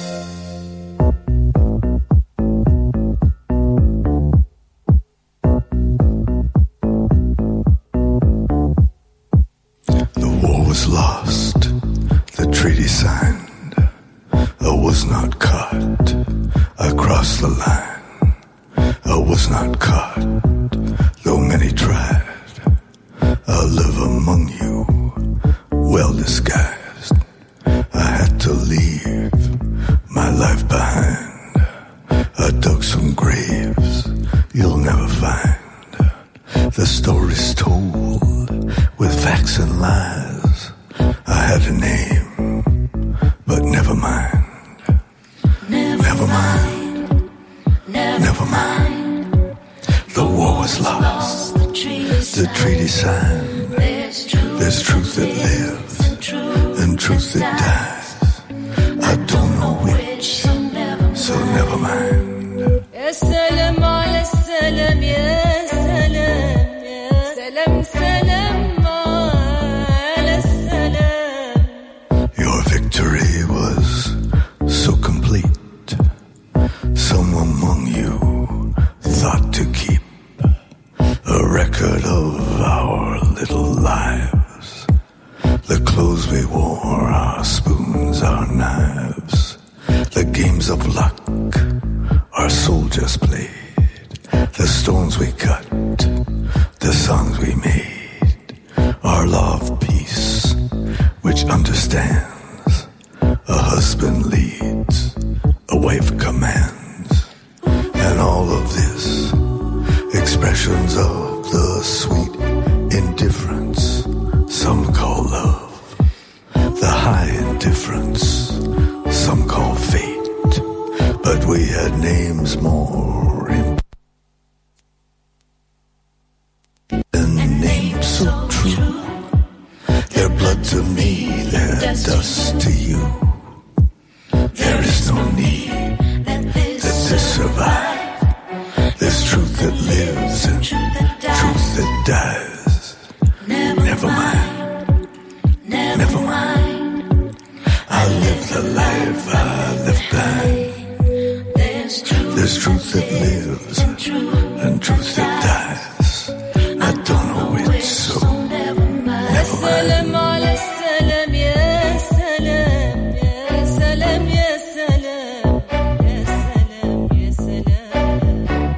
The war was lost. The treaty signed. I was not caught. I crossed the line. I was not caught, though many tried. I'll live among you, well disguised. I had to leave my life behind. I dug some graves you'll never find. The story's told with facts and lies. I had a name, but never mind. Never, never mind. mind. Never, never mind. The war was lost. The treaty, the treaty signed. There's truth, There's truth that lives and truth, and truth that dies. I don't know which, so never, so never mind. Ya salam ala salam, ya salam, ya salam, salam ala salam. Your victory was so complete. Some among you thought to keep a record of our little lives. The clothes we wore, our spoons, our knives. The games of luck our soldiers played. The stones we cut, the songs we made. Our law of peace, which understands. A husband leads, a wife commands. And all of this, expressions of the sweet indifference some call love, the high indifference some call fate, but we had names more important and names so true. Their blood to me, their dust to you. There is no need that this survive. There's truth that lives and There's truth that lives and truth that dies. I don't know which, so never mind. سلام على السلام يا سلام يا سلام يا سلام يا سلام يا سلام.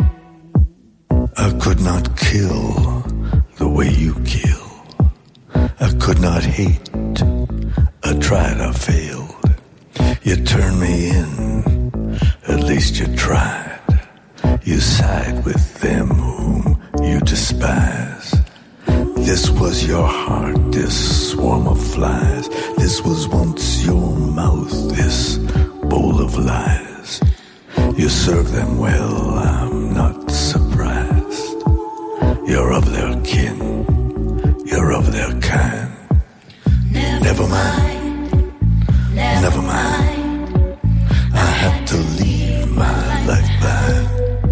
I could not kill the way you kill. I could not hate. I tried, I failed. You turned me in. At least you tried. You side with them whom you despise. This was your heart, this swarm of flies. This was once your mouth, this bowl of lies. You serve them well, I'm not surprised. You're of their kin, you're of their kind. Never mind, never mind. I had to leave my life behind.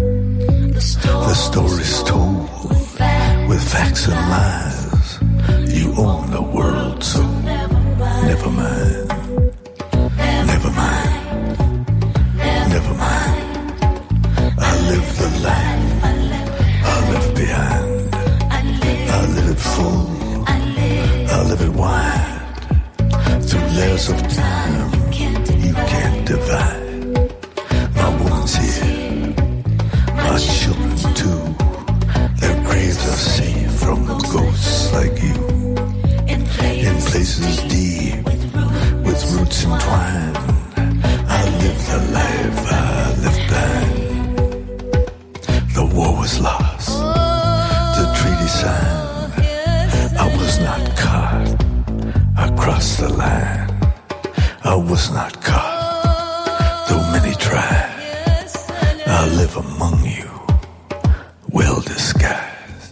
The story's told with facts and lies. You own the world, so never mind. Never mind. Never mind. I live the life I left behind. I live it full. I live it wide. Through layers of time you can't divide. My woman's here, my children too. Their graves are safe from ghosts like you. In places deep, with roots entwined. I live the life I left behind. The war was lost, the treaty signed. I was not caught, I crossed the line. I was not caught, though many tried. I live among you, well disguised.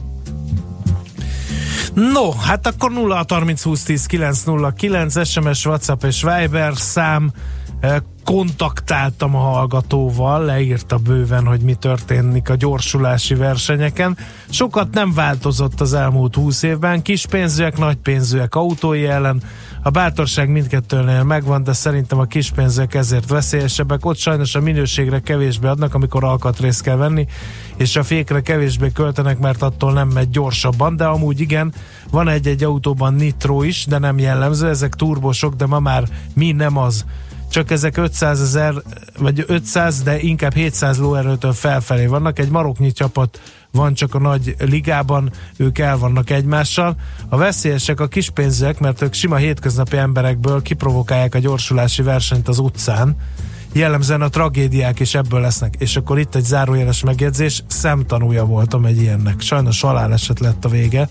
No, hát akkor nulla harminc húsz tíz kilenc nulla kilenc es em es, WhatsApp és Viber szám. Kontaktáltam a hallgatóval, leírta bőven, hogy mi történik a gyorsulási versenyeken. Sokat nem változott az elmúlt húsz évben, kis pénzűek, nagy pénzűek autói ellen. A bátorság mindkettőnél megvan, de szerintem a kis pénzűek ezért veszélyesebbek. Ott sajnos a minőségre kevésbé adnak, amikor alkatrészt kell venni, és a fékre kevésbé költenek, mert attól nem megy gyorsabban, de amúgy igen, van egy-egy autóban nitro is, de nem jellemző, ezek turbosok, de ma már mi nem az. Csak ezek ötszázezer, vagy ötszáz, de inkább hétszáz lóerőtől felfelé vannak. Egy maroknyi csapat van csak a nagy ligában, ők el vannak egymással. A veszélyesek a kispénzűek, mert ők sima hétköznapi emberekből kiprovokálják a gyorsulási versenyt az utcán. Jellemzően a tragédiák is ebből lesznek. És akkor itt egy zárójeles megjegyzés, szemtanúja voltam egy ilyennek. Sajnos haláleset lett a vége.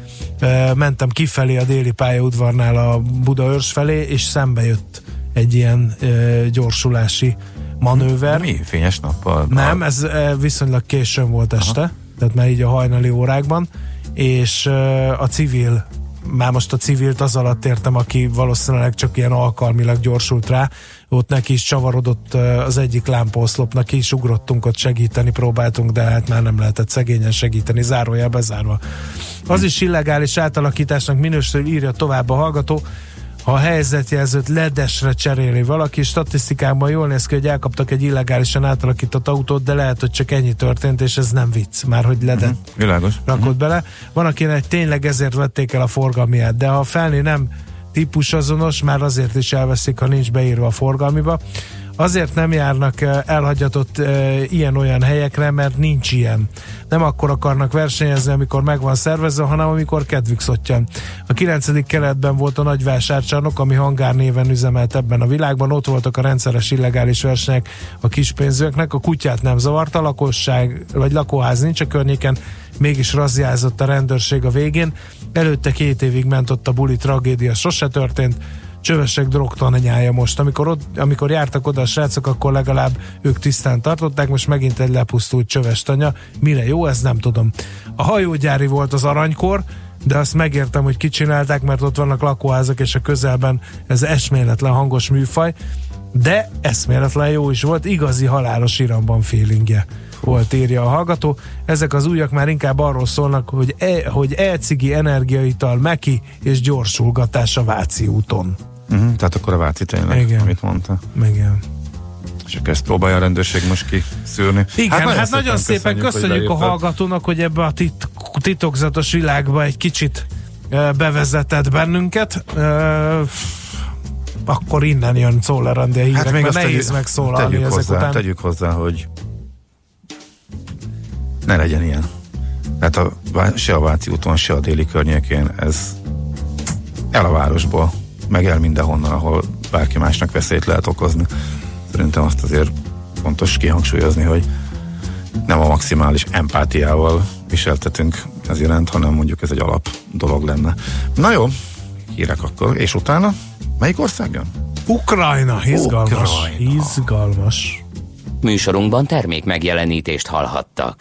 Mentem kifelé a déli pályaudvarnál a Budaörs felé, és szembe jött egy ilyen ö, gyorsulási manőver. De mi? Fényes nappal? Nem, ez ö, viszonylag későn volt este, aha, tehát már így a hajnali órákban, és ö, a civil, már most a civilt az alatt értem, aki valószínűleg csak ilyen alkalmilag gyorsult rá, ott neki is csavarodott ö, az egyik lámpaoszlopnak, ki is ugrottunk ott segíteni, próbáltunk, de hát már nem lehetett szegényen segíteni, zárójel bezárva. Az is illegális átalakításnak minősül, írja tovább a hallgató. Ha a helyzetjelzőt ledesre cseréli valaki, statisztikákban jól néz ki, hogy elkaptak egy illegálisan átalakított autót, de lehet, hogy csak ennyi történt, és ez nem vicc, már hogy ledet uh-huh. Világos. rakott uh-huh. bele. Van, akinek tényleg ezért vették el a forgalmiát, de ha a felné nem típusazonos, már azért is elveszik, ha nincs beírva a forgalmiba. Azért nem járnak elhagyatott e, ilyen-olyan helyekre, mert nincs ilyen. Nem akkor akarnak versenyezni, amikor meg van szervezve, hanem amikor kedvük szottyan. A kilencedik keletben volt a nagy vásárcsarnok, ami hangár néven üzemelt ebben a világban. Ott voltak a rendszeres illegális versenyek a kispénzőknek. A kutyát nem zavarta, lakosság vagy lakóház nincs a környéken, mégis razziázott a rendőrség a végén. Előtte két évig ment ott a buli, tragédia sose történt. Csövesek drogtanyája most. Amikor, ott, amikor jártak oda a srácok, akkor legalább ők tisztán tartották, most megint egy lepusztult csöves tanya. Mire jó, ez nem tudom. A hajógyári volt az aranykor, de azt megértem, hogy kicsinálták, mert ott vannak lakóházak, és a közelben ez eszméletlen hangos műfaj, de eszméletlen jó is volt, igazi halálos iramban feelingje volt, írja a hallgató. Ezek az újak már inkább arról szólnak, hogy, e, hogy e-cigi, energiaital, meki és gyorsulgatás a Váci úton. Uh-huh, tehát akkor a Váci tényleg, igen, amit mondta. Igen. csak ezt próbálja a rendőrség most kiszűrni. Igen, hát nagyon, hát nagyon szépen köszönjük, köszönjük a hallgatónak, hogy ebbe a tit- titokzatos világba egy kicsit uh, bevezetett bennünket. Uh, akkor innen jön Czoller Andi a hírek, hát még mert nehéz tegyük, megszólalni tegyük ezek hozzá, után. Tegyük hozzá, hogy ne legyen ilyen. Tehát a, se a Váci úton, se a déli környékén ez el a városból, meg el mindenhonnan, ahol bárki másnak veszélyt lehet okozni. Szerintem azt azért fontos kihangsúlyozni, hogy nem a maximális empátiával viseltetünk ez iránt, hanem mondjuk ez egy alap dolog lenne. Na jó, hírek akkor, és utána melyik ország jön? Ukrajna, izgalmas. Ukrajna. Izgalmas. Műsorunkban termék megjelenítést hallhattak.